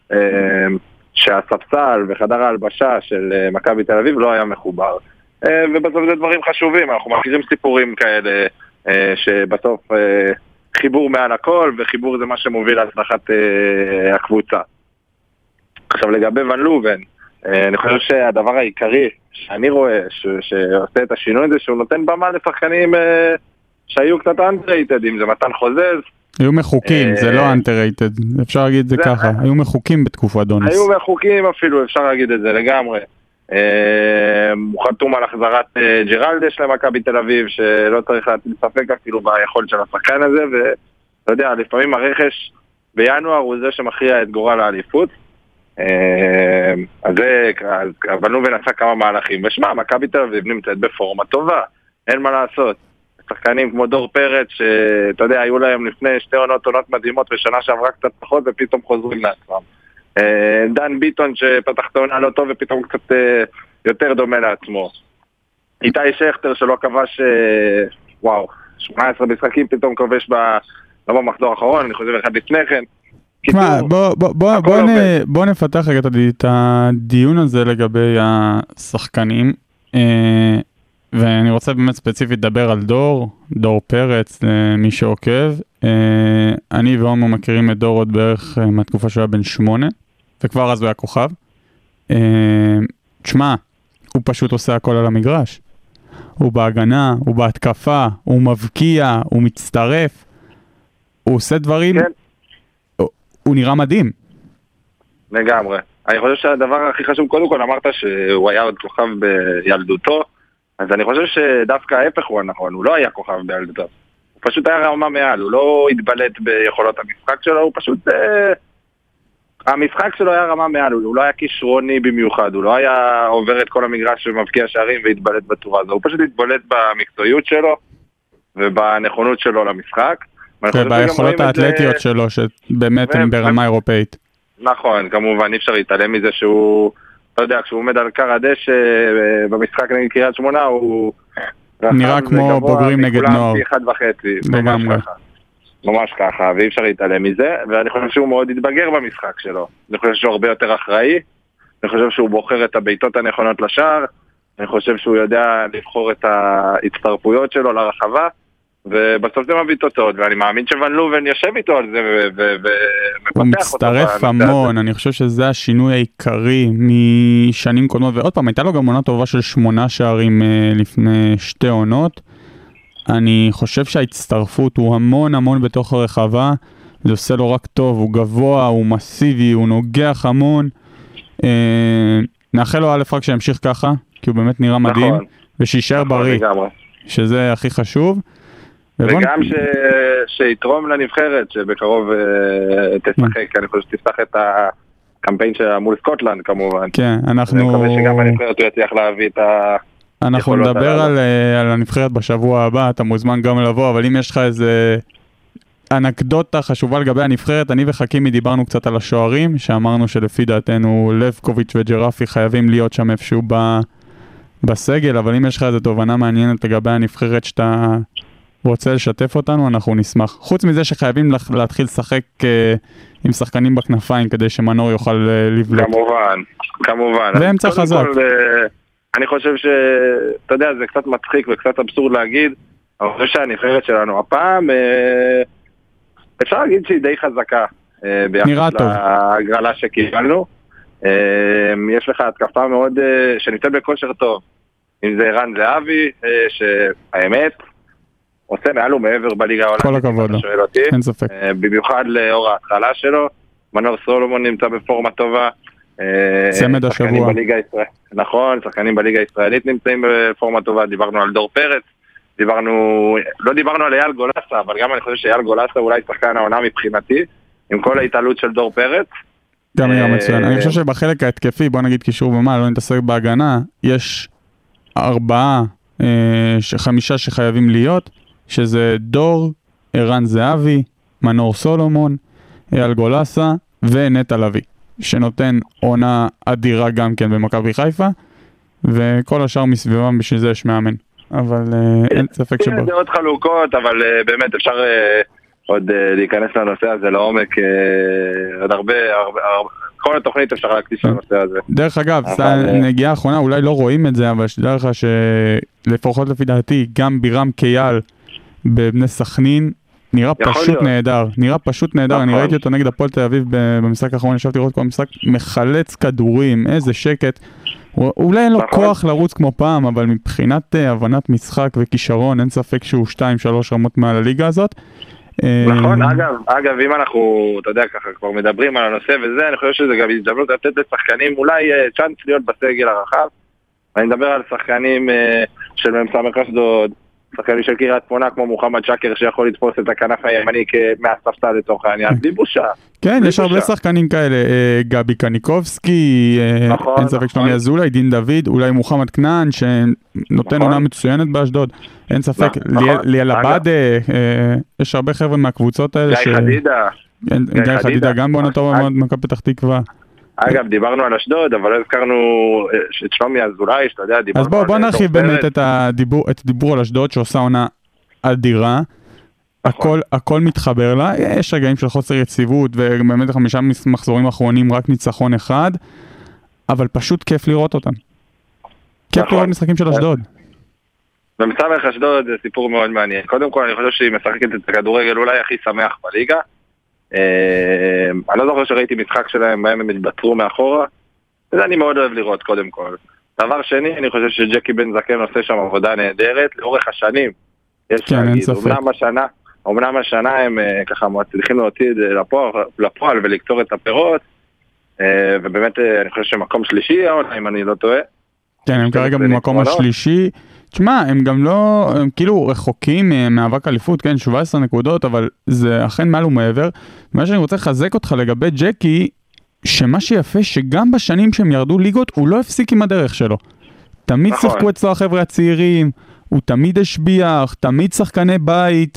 שהספסל וחדר ההלבשה של מכבי תל אביב לא היה מחובר. ובסוף זה דברים חשובים, אנחנו מכירים סיפורים כאלה, שבסוף חיבור מעל הכל, וחיבור זה מה שמוביל להצלחת הקבוצה. עכשיו לגבי ון לואן, אני חושב שהדבר העיקרי שאני רואה שעושה את השינוי זה שהוא נותן במה לשחקנים שהיו קצת underrated, אם זה מתן חוזז. היו מחוקים, זה לא underrated, אפשר להגיד את זה ככה, היו מחוקים בתקופה דוניס. היו מחוקים אפילו, אפשר להגיד את זה לגמרי. הוא חתום על החזרת ג'רלדש למכבי תל אביב, שלא צריך להטיל ספק אפילו ביכולת של השחקן הזה, ואתה יודע, לפעמים הרכש בינואר הוא זה שמכריע את גורל האליפות. אז ון לואן עשה כמה מהלכים, ושמע, מכבי תל אביב נמצאת בפורמה טובה, אין מה לעשות. שחקנים כמו דור פרץ, שאתה יודע, היו להם לפני 2 עונות מדהימות, ושנה שעברה קצת פחות, ופתאום חוזרים לעצמם. דן ביטון שפתח את העונה לא טוב, ופתאום קצת יותר דומה לעצמו. איתי שכטר שלא כבש, 18 משחקים, פתאום כובש לא במחזור האחרון, אני חושב אחד לפני כן. בוא נפתח רגע את הדיון הזה לגבי השחקנים, ואני רוצה באמת ספציפית לדבר על דור פרץ, למי שעוקב. אני ועומר מכירים את דור עוד בערך מהתקופה שהוא היה בן 8, וכבר אז הוא היה כוכב. תשמע, הוא פשוט עושה הכל על המגרש. הוא בהגנה, הוא בהתקפה, הוא מבקיע, הוא מצטרף, הוא עושה דברים... הוא נראה מדהים. לגמרי. אני חושב שהדבר הכי חשוב, קודם כל אמרת שהוא היה עוד כוכב בילדותו, אז אני חושב שדווקא ההפך הוא הנכון, הוא לא היה כוכב בילדותו. הוא פשוט היה רמה מעל, הוא לא התבלט ביכולות המשחק שלו, הוא פשוט... המשחק שלו היה רמה מעל, הוא לא היה כישרוני במיוחד, הוא לא היה עובר את כל המגרש ומבקיע שערים והתבלט בצורה הזו, הוא פשוט התבלט במקצועיות שלו ובנכונות שלו למשחק. וביכולות האתלטיות שלו, שבאמת הן ברמה אירופאית. נכון, כמובן, אי אפשר להתעלם מזה שהוא, אתה יודע, כשהוא עומד על קר הדשא במשחק נגד קריית שמונה, הוא נראה כמו בוגרים נגד נוער. 1.5, ממש ככה, ואי אפשר להתעלם מזה, ואני חושב שהוא מאוד התבגר במשחק שלו. אני חושב שהוא הרבה יותר אחראי, אני חושב שהוא בוחר את הביתות הנכונות לשער, אני חושב שהוא יודע לבחור את ההצטרפויות שלו לרחבה, ובסוף זה מביא תוצאות, ואני מאמין שוון לובן יושב איתו על זה ומפתח אותו. הוא מצטרף המון, אני חושב שזה השינוי העיקרי משנים קודמות, ועוד פעם, הייתה לו גם עונה טובה של 8 שערים לפני 2 עונות. אני חושב שההצטרפות הוא המון בתוך הרחבה, זה עושה לו רק טוב, הוא גבוה, הוא מסיבי, הוא נוגח המון. נאחל לו א' רק שימשיך ככה, כי הוא באמת נראה מדהים, ושישאר בריא, שזה הכי חשוב. וגם שיתרום לנבחרת, שבקרוב תשחק, אני חושב שתפתח את הקמפיין שלה מול סקוטלנד כמובן. כן, אנחנו... אני מקווה שגם הנבחרת הוא יצליח להביא את ה... אנחנו נדבר על הנבחרת בשבוע הבא, אתה מוזמן גם לבוא, אבל אם יש לך איזה אנקדוטה חשובה לגבי הנבחרת, אני וחכימי דיברנו קצת על השוערים, שאמרנו שלפי דעתנו לבקוביץ' וג'רפי חייבים להיות שם איפשהו בסגל, אבל אם יש לך איזו תובנה מעניינת לגבי הנבחרת שאתה רוצה לשתף אותנו, אנחנו נשמח. חוץ מזה שחייבים להתחיל לשחק עם שחקנים בכנפיים, כדי שמנור יוכל לבלוק. כמובן. ואמצע חזק. אני חושב אתה יודע, זה קצת מצחיק וקצת אבסורד להגיד, אבל אני חושב שהנבחרת שלנו הפעם, אפשר להגיד שהיא די חזקה. נראה טוב. להגרלה שקיבלנו. יש לך התקפה מאוד, שניתן בכושר טוב. אם זה ערן זהבי, שהאמת, עושה מעל ומעבר בליגה העולמית. כל הכבוד לו, אין ספק. במיוחד לאור ההתחלה שלו. מנור סולומון נמצא בפורמה טובה. צמד השבוע. נכון, שחקנים בליגה הישראלית נמצאים בפורמה טובה, דיברנו על דור פרץ, לא דיברנו על אייל גולסה, אבל גם אני חושב שאייל גולסה אולי שחקן העונה מבחינתי, עם כל ההתעלות של דור פרץ. גם היה מצוין. אני חושב שבחלק ההתקפי, בוא נגיד קישור במה, לא נתעסק בהגנה, יש 5 שחייבים להיות, שזה דור, ערן זהבי, מנור סולומון, אייל גולסה ונטע לביא. שנותן עונה אדירה גם כן במכבי חיפה, וכל השאר מסביבם בשביל זה יש מאמן. אבל אין ספק שבו. זה עוד חלוקות, אבל באמת אפשר עוד להיכנס לנושא הזה לעומק, עוד הרבה, כל התוכנית אפשר להקדיש לנושא הזה. דרך אגב, נגיעה האחרונה, אולי לא רואים את זה, אבל שתדע לך שלפחות לפי דעתי, גם בירם קייל בבני סכנין, נראה פשוט נהדר, אני ראיתי אותו נגד הפועל תל אביב במשחק האחרון, ישבתי לראות כל המשחק, מחלץ כדורים, איזה שקט, אולי אין לו כוח לרוץ כמו פעם, אבל מבחינת הבנת משחק וכישרון, אין ספק שהוא 2-3 רמות מעל הליגה הזאת. נכון, אגב, אם אנחנו, אתה יודע, ככה כבר מדברים על הנושא וזה, אני חושב שזה גם הזדמנות לתת לשחקנים, אולי צ'אנס להיות בסגל הרחב, אני מדבר על שחקנים של מ"ס אשדוד, שחקנים של קריית שמונה כמו מוחמד שקר שיכול לתפוס את הכנף הימני מהספסל לתוך העניין, בלי בושה. כן, יש הרבה שחקנים כאלה, גבי קניקובסקי, אין ספק שלומי אזולאי, דין דוד, אולי מוחמד כנען שנותן עונה מצוינת באשדוד, אין ספק, ליאל עבאדה, יש הרבה חבר'ה מהקבוצות האלה. גיא חדידה גם בעונה טובה מאוד במכבי פתח תקווה. אגב, דיברנו על אשדוד, אבל לא הזכרנו את שלומי אזולאי, שאתה יודע, דיברנו על... אז בוא נרחיב באמת את הדיבור על אשדוד, שעושה עונה אדירה. הכל מתחבר לה, יש רגעים של חוסר יציבות, ובאמת 5 מחזורים האחרונים רק ניצחון אחד, אבל פשוט כיף לראות אותם. כיף לראות משחקים של אשדוד. במצב אשדוד זה סיפור מאוד מעניין. קודם כל, אני חושב שהיא משחקת את הכדורגל אולי הכי שמח בליגה. אני לא זוכר שראיתי משחק שלהם בהם הם התבצרו מאחורה, וזה אני מאוד אוהב לראות קודם כל. דבר שני, אני חושב שג'קי בן זקן עושה שם עבודה נהדרת לאורך השנים. כן, אין ספק. אומנם השנה הם ככה מצליחים להוציא את זה לפועל ולקצור את הפירות, ובאמת אני חושב שמקום שלישי, אם אני לא טועה. כן, הם כרגע במקום השלישי. תשמע, הם גם לא, הם כאילו רחוקים מאבק אליפות, כן, 17 נקודות, אבל זה אכן מעל ומעבר. מה שאני רוצה לחזק אותך לגבי ג'קי, שמה שיפה שגם בשנים שהם ירדו ליגות, הוא לא הפסיק עם הדרך שלו. תמיד שיחקו אצלו החבר'ה הצעירים, הוא תמיד השביח, תמיד שחקני בית,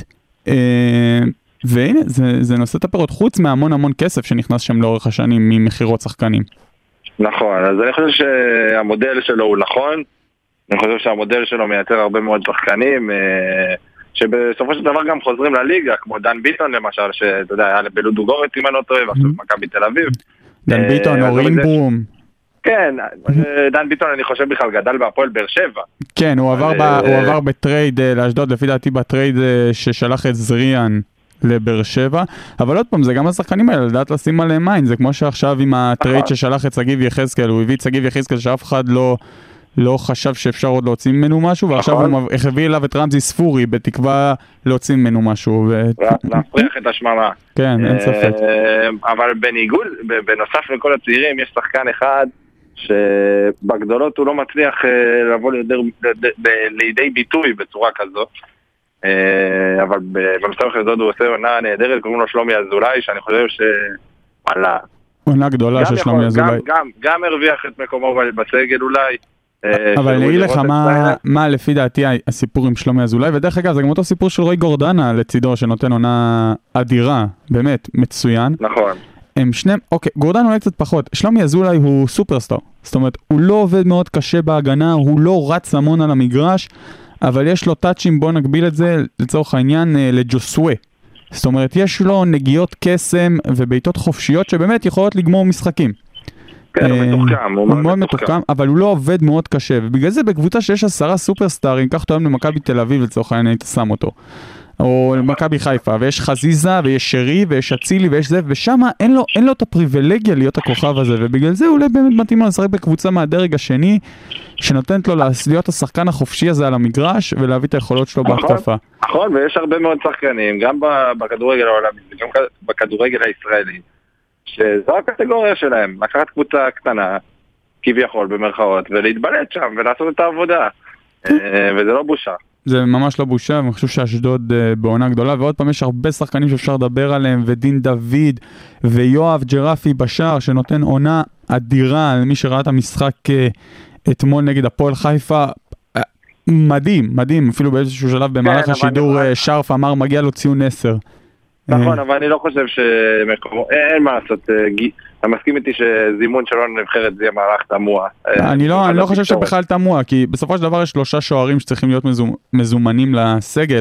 והנה, זה נושא את הפירות, חוץ מהמון המון כסף שנכנס שם לאורך השנים ממחירות שחקנים. נכון, אז אני חושב שהמודל שלו הוא נכון, אני חושב שהמודל שלו מייצר הרבה מאוד שחקנים, שבסופו של דבר גם חוזרים לליגה, כמו דן ביטון למשל, שאתה יודע, היה בלודוגורץ אם אני לא טועה, ועכשיו מכבי תל אביב. דן ביטון, אורין ברום. כן, דן ביטון אני חושב בכלל גדל בהפועל באר שבע. כן, הוא עבר בטרייד לאשדוד, לפי דעתי בטרייד ששלח את זריאן לבאר שבע, אבל עוד פעם, זה גם השחקנים האלה, לדעת לשים עליהם עין, זה כמו שעכשיו עם הטרייד ששלח את סגיב יחזקאל, הוא הביא את סגיב יחזקאל שאף אחד לא חשב שאפשר עוד להוציא ממנו משהו, ועכשיו הוא הביא אליו את רמזי ספורי, בתקווה להוציא ממנו משהו. להפריח את השממה. כן, אין ספק. אבל בניגוד, בנוסף לכל הצעירים, יש שחקן אחד, שבגדולות הוא לא מצליח לבוא לידי ביטוי בצורה כזאת. אבל במשחק החדשות הוא עושה עונה נהדרת, קוראים לו שלומי אזולאי, שאני חושב וואלה, עונה גדולה של שלומי אזולאי. גם הרוויח את מקומו בסגל אולי. אבל אני אגיד לך מה לפי דעתי הסיפור עם שלומי אזולאי, ודרך אגב זה גם אותו סיפור של רועי גורדנה לצידו, שנותן עונה אדירה, באמת מצוין. נכון. הם שניהם, אוקיי, גורדנה אולי קצת פחות, שלומי אזולאי הוא סופרסטאר, זאת אומרת, הוא לא עובד מאוד קשה בהגנה, הוא לא רץ המון על המגרש, אבל יש לו טאצ'ים, בוא נגביל את זה לצורך העניין לג'וסווה. זאת אומרת, יש לו נגיעות קסם ובעיטות חופשיות שבאמת יכולות לגמור משחקים. כן, הוא מתוחכם, הוא מאוד מתוחכם, אבל הוא לא עובד מאוד קשה, ובגלל זה בקבוצה שיש 10 סופרסטארים, קח אותו היום למכבי תל אביב לצורך העניין, היית שם אותו. או למכבי חיפה, ויש חזיזה, ויש שרי, ויש אצילי, ויש זה, ושם אין לו את הפריבילגיה להיות הכוכב הזה, ובגלל זה אולי באמת מתאים לו לשחק בקבוצה מהדרג השני, שנותנת לו להיות השחקן החופשי הזה על המגרש, ולהביא את היכולות שלו בהתקפה. נכון, ויש הרבה מאוד שחקנים, גם בכדורגל העולמי, וגם בכדורגל הישראלי, שזו הקטגוריה שלהם, לקחת קבוצה קטנה, כביכול במרכאות, ולהתבלט שם, ולעשות את העבודה, וזה לא בושה. זה ממש לא בושה, ואני חושב שאשדוד בעונה גדולה, ועוד פעם יש הרבה שחקנים שאפשר לדבר עליהם, ודין דוד, ויואב ג'רפי בשער, שנותן עונה אדירה, למי שראה את המשחק אתמול נגד הפועל חיפה, מדהים, מדהים, אפילו באיזשהו שלב במהלך השידור שרף אמר מגיע לו ציון 10. נכון, אבל אני לא חושב שמקומו, אין מה לעשות, אתה מסכים איתי שזימון שלו נבחרת זה מהלך תמוה. אני לא חושב שבכלל תמוה, כי בסופו של דבר יש 3 שוערים שצריכים להיות מזומנים לסגל.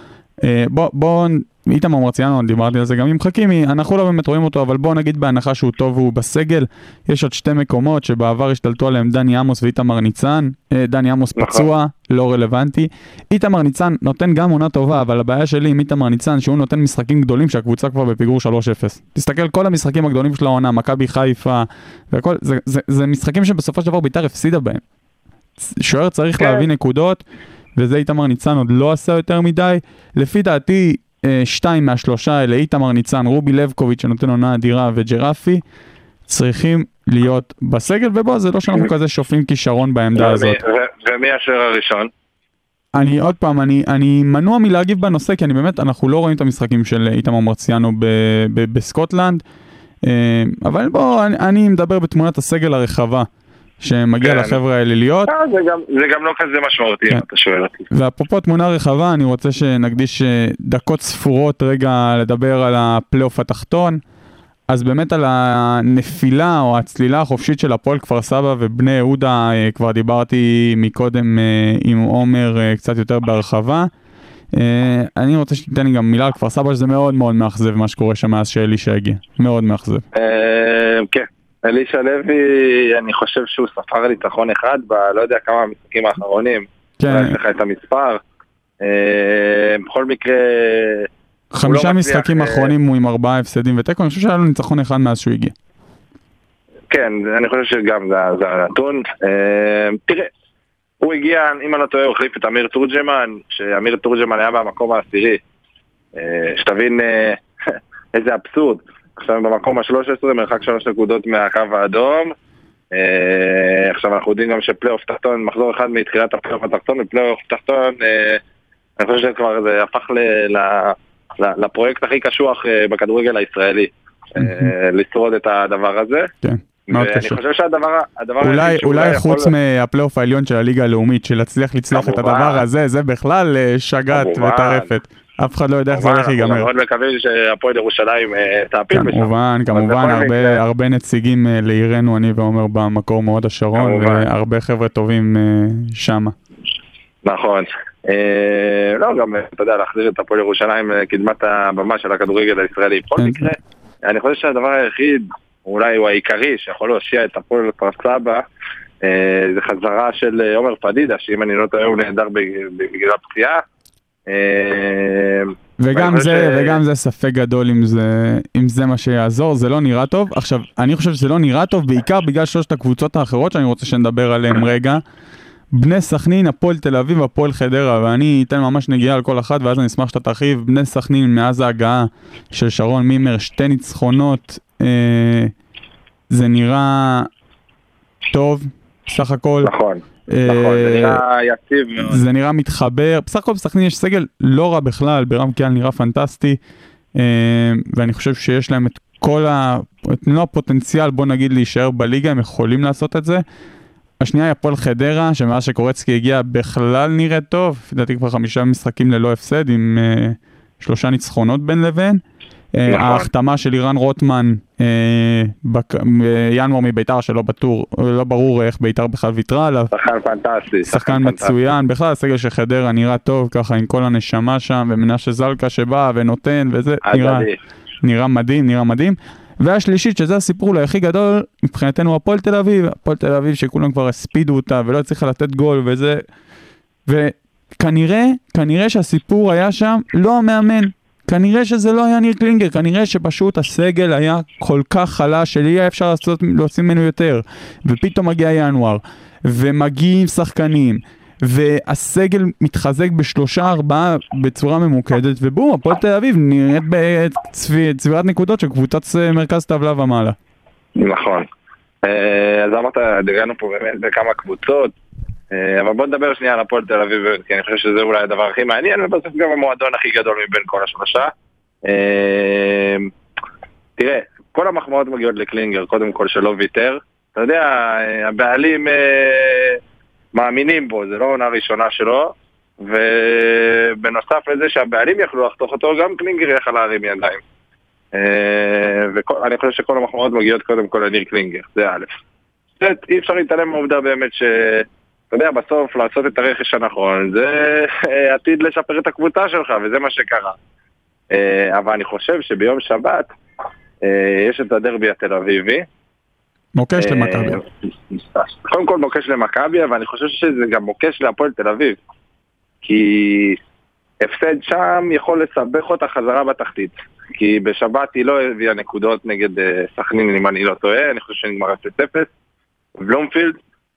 בוא, איתמר מרציאנו, דיברתי על זה גם עם חכימי, אנחנו לא באמת רואים אותו, אבל בוא נגיד בהנחה שהוא טוב והוא בסגל, יש עוד 2 מקומות שבעבר השתלטו עליהם דני עמוס ואיתמר ניצן, דני עמוס פצוע, לא רלוונטי, איתמר ניצן נותן גם עונה טובה, אבל הבעיה שלי עם איתמר ניצן שהוא נותן משחקים גדולים שהקבוצה כבר בפיגור 3-0. תסתכל כל המשחקים הגדולים של העונה, מכבי חיפה, והכל, זה משחקים שבסופו של דבר בית"ר הפסידה בהם. שוער צריך להביא נקודות, וזה איתמר ניצן עוד לא עשה יותר מדי. לפי דעתי, 2 מה3 האלה, איתמר ניצן, רובי לבקוביץ' שנותן עונה אדירה וג'רפי, צריכים להיות בסגל, ובוא, זה לא שאנחנו כזה שופים כישרון בעמדה הזאת. ומי השוער הראשון? עוד פעם, אני מנוע מלהגיב בנושא, כי אנחנו לא רואים את המשחקים של איתמר מרציאנו בסקוטלנד, אבל בוא, אני מדבר בתמונת הסגל הרחבה. שמגיע לחבר'ה האלה להיות. זה גם לא כזה משמעותי, אתה שואל אותי. ואפרופו תמונה רחבה, אני רוצה שנקדיש דקות ספורות רגע לדבר על הפלייאוף התחתון. אז באמת על הנפילה או הצלילה החופשית של הפועל כפר סבא ובני יהודה, כבר דיברתי מקודם עם עומר קצת יותר בהרחבה. אני רוצה שתיתן לי גם מילה על כפר סבא, שזה מאוד מאוד מאכזב מה שקורה שם מאז שאלישע הגיע. מאוד מאכזב. כן. אלישע לוי, אני חושב שהוא ספר ניצחון אחד לא יודע כמה המשחקים האחרונים. כן. יש לך את המספר. בכל מקרה... 5 משחקים האחרונים הוא עם 4 הפסדים ותיקו, אני חושב שהיה לו ניצחון אחד מאז שהוא הגיע. כן, אני חושב שגם זה הנתון. תראה, הוא הגיע, אם אני לא טועה, הוא החליף את אמיר תורג'מן, שאמיר תורג'מן היה במקום העשירי. שתבין איזה אבסורד. עכשיו במקום ה-13, מרחק 3 נקודות מהקו האדום. עכשיו אנחנו יודעים גם שפלייאוף תחתון, מחזור אחד מתחילת הפלייאוף התחתון, ופלייאוף תחתון, אני חושב שכבר זה הפך לפרויקט הכי קשוח בכדורגל הישראלי, לשרוד את הדבר הזה. כן, מאוד קשור. ואני חושב שהדבר... אולי חוץ מהפלייאוף העליון של הליגה הלאומית, שלהצליח לצלוח את הדבר הזה, זה בכלל שגעת וטרפת. אף אחד לא יודע איך זה הולך להיגמר. אנחנו מאוד מקווים שהפועל ירושלים תעפיל בשם. כמובן, הרבה נציגים לעירנו, אני ואומר במקור מאוד השרון, והרבה חבר'ה טובים שם. נכון. לא, גם, אתה יודע, להחזיר את הפועל ירושלים לקדמת הבמה של הכדורגל הישראלי. בכל מקרה, אני חושב שהדבר היחיד אולי הוא העיקרי, שיכול להושיע את הפועל כפר סבא, זה חזרה של עומר פדידה, שאם אני לא טועה הוא נהדר בגלל פציעה. וגם זה ספק גדול אם זה מה שיעזור, זה לא נראה טוב. עכשיו, אני חושב שזה לא נראה טוב, בעיקר בגלל שלושת הקבוצות האחרות שאני רוצה שנדבר עליהן רגע. בני סכנין, הפועל תל אביב, הפועל חדרה, ואני אתן ממש נגיעה על כל אחת, ואז אני אשמח שאתה תרחיב. בני סכנין, מאז ההגעה של שרון מימר, 2 ניצחונות, זה נראה טוב, בסך הכל. נכון, זה נראה יציב מאוד. זה נראה מתחבר, בסך הכל בסכנין יש סגל לא רע בכלל, ברם קיאל נראה פנטסטי, ואני חושב שיש להם את כל הפוטנציאל, בוא נגיד, להישאר בליגה, הם יכולים לעשות את זה. השנייה היא הפועל חדרה, שמאז שקורצקי הגיע בכלל נראה טוב, לדעתי כבר 5 משחקים ללא הפסד, עם 3 ניצחונות בין לבין. ההחתמה של אירן רוטמן בינואר מביתר, שלא ברור איך ביתר בכלל ויתרה עליו. שחקן פנטסטי. שחקן מצוין, בכלל הסגל של חדרה נראה טוב, ככה עם כל הנשמה שם, ומנשה זלקה שבא ונותן, וזה נראה מדהים. והשלישית, שזה הסיפור אולי הכי גדול, מבחינתנו הפועל תל אביב שכולם כבר הספידו אותה ולא הצליחה לתת גול וזה, וכנראה שהסיפור היה שם לא המאמן, כנראה שזה לא היה ניר קלינגר, כנראה שפשוט הסגל היה כל כך חלש שלי אפשר להוציא ממנו יותר, ופתאום מגיע ינואר ומגיעים שחקנים והסגל מתחזק ב3-4 בצורה ממוקדת, ובום, הפועל תל אביב נראית בצבירת נקודות של קבוצת מרכז טבלה ומעלה. נכון. אז אמרת, דרגנו פה באמת בכמה קבוצות, אבל בוא נדבר שנייה על הפועל תל אביב, כי אני חושב שזה אולי הדבר הכי מעניין, ובסוף גם המועדון הכי גדול מבין כל השלושה. תראה, כל המחמאות מגיעות לקלינגר, קודם כל שלא ויתר. אתה יודע, הבעלים מאמינים בו, זה לא עונה ראשונה שלו, ובנוסף לזה שהבעלים יכלו לחתוך אותו, גם קלינגר יכל להרים ידיים. ואני חושב שכל המחמאות מגיעות קודם כל לניר קלינגר, זה א'. אי אפשר להתעלם מהעובדה באמת אתה יודע, בסוף לעשות את הרכש הנכון, זה עתיד לשפר את הקבוצה שלך, וזה מה שקרה. אבל אני חושב שביום שבת יש את הדרבי התל אביבי, מוקש למכבי. קודם כל מוקש למכבי, אבל אני חושב שזה גם מוקש להפועל תל אביב. כי הפסד שם יכול לסבך אותה חזרה בתחתית. כי בשבת היא לא הביאה נקודות נגד סכנין, אם אני לא טועה, אני חושב שנגמר 0-0. בלומפילד.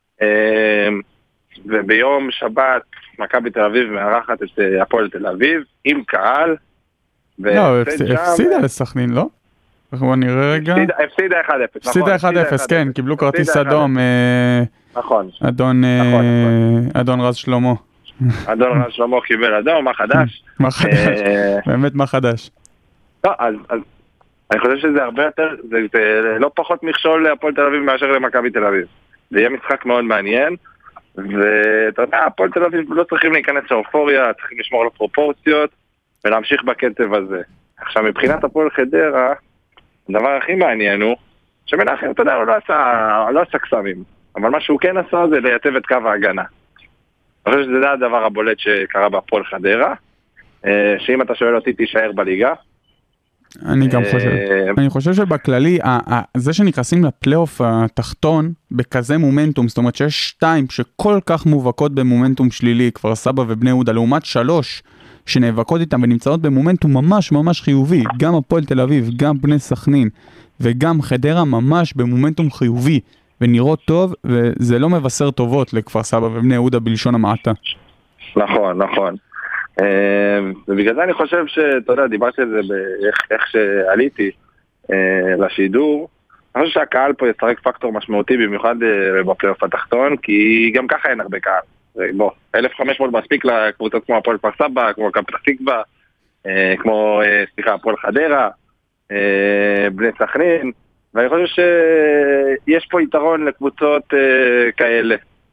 וביום שבת מכבי תל אביב מארחת את הפועל תל אביב, עם קהל. לא, הפסידה לסכנין, לא? בוא נראה רגע. הפסידה 1-0. הפסידה 1-0, כן, קיבלו כרטיס אדום. נכון. אדון רז שלמה. אדון רז שלמה קיבל אדום, מה חדש? מה חדש? באמת מה חדש? לא, אז אני חושב שזה הרבה יותר, זה לא פחות מכשול להפועל תל אביב מאשר למכבי תל אביב. זה יהיה משחק מאוד מעניין, ואתה יודע, הפועל תל אביב לא צריכים להיכנס לאופוריה, צריכים לשמור על הפרופורציות, ולהמשיך בקצב הזה. עכשיו, מבחינת הפועל חדרה, הדבר הכי מעניין הוא, שמנחם, אתה יודע, הוא לא עשה קסמים, אבל מה שהוא כן עשה זה לייצב את קו ההגנה. אני חושב שזה הדבר הבולט שקרה בהפועל חדרה, שאם אתה שואל אותי, תישאר בליגה. אני גם חושב. אני חושב שבכללי, זה שנכנסים לפלייאוף התחתון, בכזה מומנטום, זאת אומרת שיש 2 שכל כך מובהקות במומנטום שלילי, כפר סבא ובני יהודה, לעומת 3 שנאבקות איתם ונמצאות במומנטום ממש ממש חיובי, גם הפועל תל אביב, גם בני סכנין וגם חדרה ממש במומנטום חיובי ונראות טוב, וזה לא מבשר טובות לכפר סבא ובני יהודה בלשון המעטה. נכון, נכון. ובגלל זה אני חושב שאתה יודע, דיברתי על זה איך שעליתי לשידור, אני חושב שהקהל פה ישחק פקטור משמעותי במיוחד בפלייאוף התחתון, כי גם ככה אין הרבה קהל. בוא, 1,500 מספיק לקבוצות כמו הפועל כפר סבא, כמו פתח תקווה, כמו, הפועל חדרה, בני סכנין, ואני חושב שיש פה יתרון לקבוצות כאלה.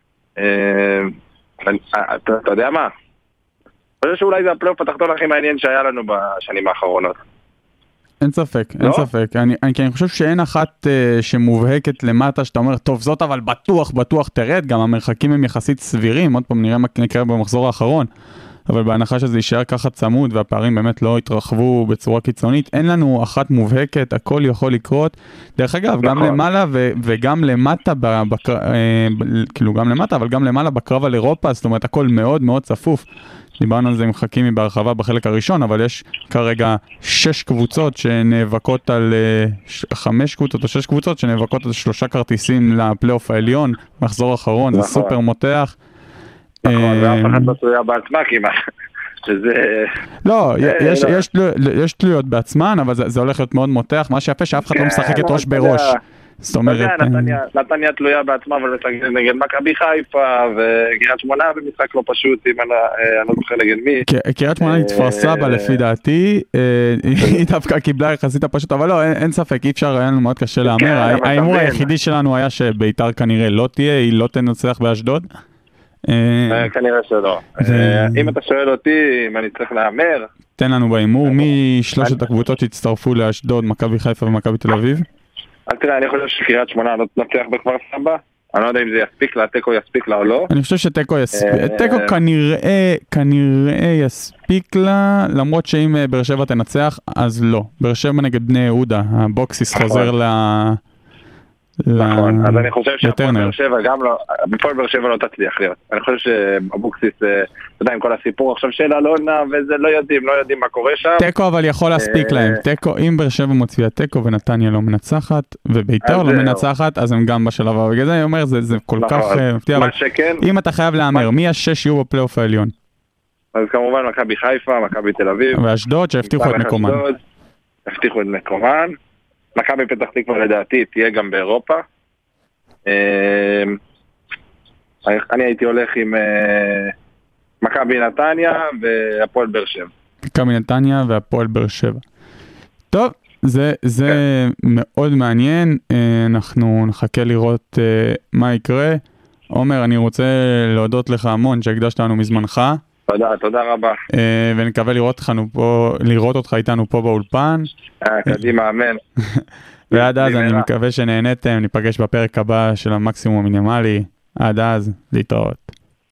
אתה יודע מה? אני חושב שאולי זה הפלייאוף התחתון הכי מעניין שהיה לנו בשנים האחרונות. אין ספק, אין ספק. אני חושב שאין אחת שמובהקת למטה, שאתה אומר, טוב, זאת אבל בטוח תרד, גם המרחקים הם יחסית סבירים, עוד פעם נראה מה נקרא במחזור האחרון, אבל בהנחה שזה יישאר ככה צמוד, והפערים באמת לא התרחבו בצורה קיצונית, אין לנו אחת מובהקת, הכל יכול לקרות. דרך אגב, גם למעלה וגם למטה, כאילו גם למטה, אבל גם למעלה בקרב על אירופה, זאת אומרת, הכל מאוד מאוד צפוף. דיברנו על זה עם חכימי בהרחבה בחלק הראשון, אבל יש כרגע 6 קבוצות שנאבקות על 5 קבוצות או 6 קבוצות שנאבקות על 3 כרטיסים לפלייאוף העליון, מחזור האחרון, זה סופר מותח. נכון, ואף אחד לא תלויה בעצמה כמעט. לא, יש תלויות בעצמן, אבל זה הולך להיות מאוד מותח, מה שיפה שאף אחד לא משחקת ראש בראש. זאת אומרת... נתניה תלויה בעצמה, אבל נגד מכבי חיפה, וקריית שמונה במשחק לא פשוט, אם אני לא זוכר נגד מי. קריית שמונה היא כפר סבא לפי דעתי, היא דווקא קיבלה יחסית הפשוט, אבל לא, אין ספק, אי אפשר, היה לנו מאוד קשה לאמר. האימור היחידי שלנו היה שביתר כנראה לא תהיה, היא לא תנצח באשדוד. כנראה שלא. אם אתה שואל אותי, אם אני צריך לאמר... תן לנו באימור, מי שלושת הקבוצות שהצטרפו לאשדוד, מכבי חיפה ומכבי תל אביב? אז תראה, אני חושב שקריית שמונה לא תנצח בכפר סבא, אני לא יודע אם זה יספיק לה, תיקו יספיק לה או לא. אני חושב שתיקו יספיק, תיקו כנראה יספיק לה, למרות שאם באר שבע תנצח, אז לא. באר שבע נגד בני יהודה, הבוקסיס חוזר נכון, אז אני חושב שהפועל באר שבע גם לא, בפועל באר שבע לא תצליח להיות. אני חושב שאבוקסיס, אתה יודע, עם כל הסיפור עכשיו של אלונה, וזה לא יודעים מה קורה שם. תיקו אבל יכול להספיק להם. תיקו, אם באר שבע מוציאה תיקו ונתניה לא מנצחת, וביתר לא מנצחת, אז הם גם בשלב הבא. בגלל זה אני אומר, זה כל כך מפתיע. אם אתה חייב לאמר, מי השש יהיו בפלייאוף העליון? אז כמובן מכבי חיפה, מכבי תל אביב. ואשדוד שהבטיחו את מקומן. הבטיחו את מקומן. מכבי פתח תקווה לדעתי תהיה גם באירופה. אני הייתי הולך עם מכבי נתניה והפועל באר שבע. מכבי נתניה והפועל באר שבע. טוב, זה מאוד מעניין. אנחנו נחכה לראות מה יקרה. עומר, אני רוצה להודות לך המון שהקדשת לנו מזמנך. תודה רבה. ונקווה לראות אותך איתנו פה באולפן. קדימה, אמן. ועד אז אני מקווה שנהנתם, ניפגש בפרק הבא של המקסימום המינימלי. עד אז, להתראות.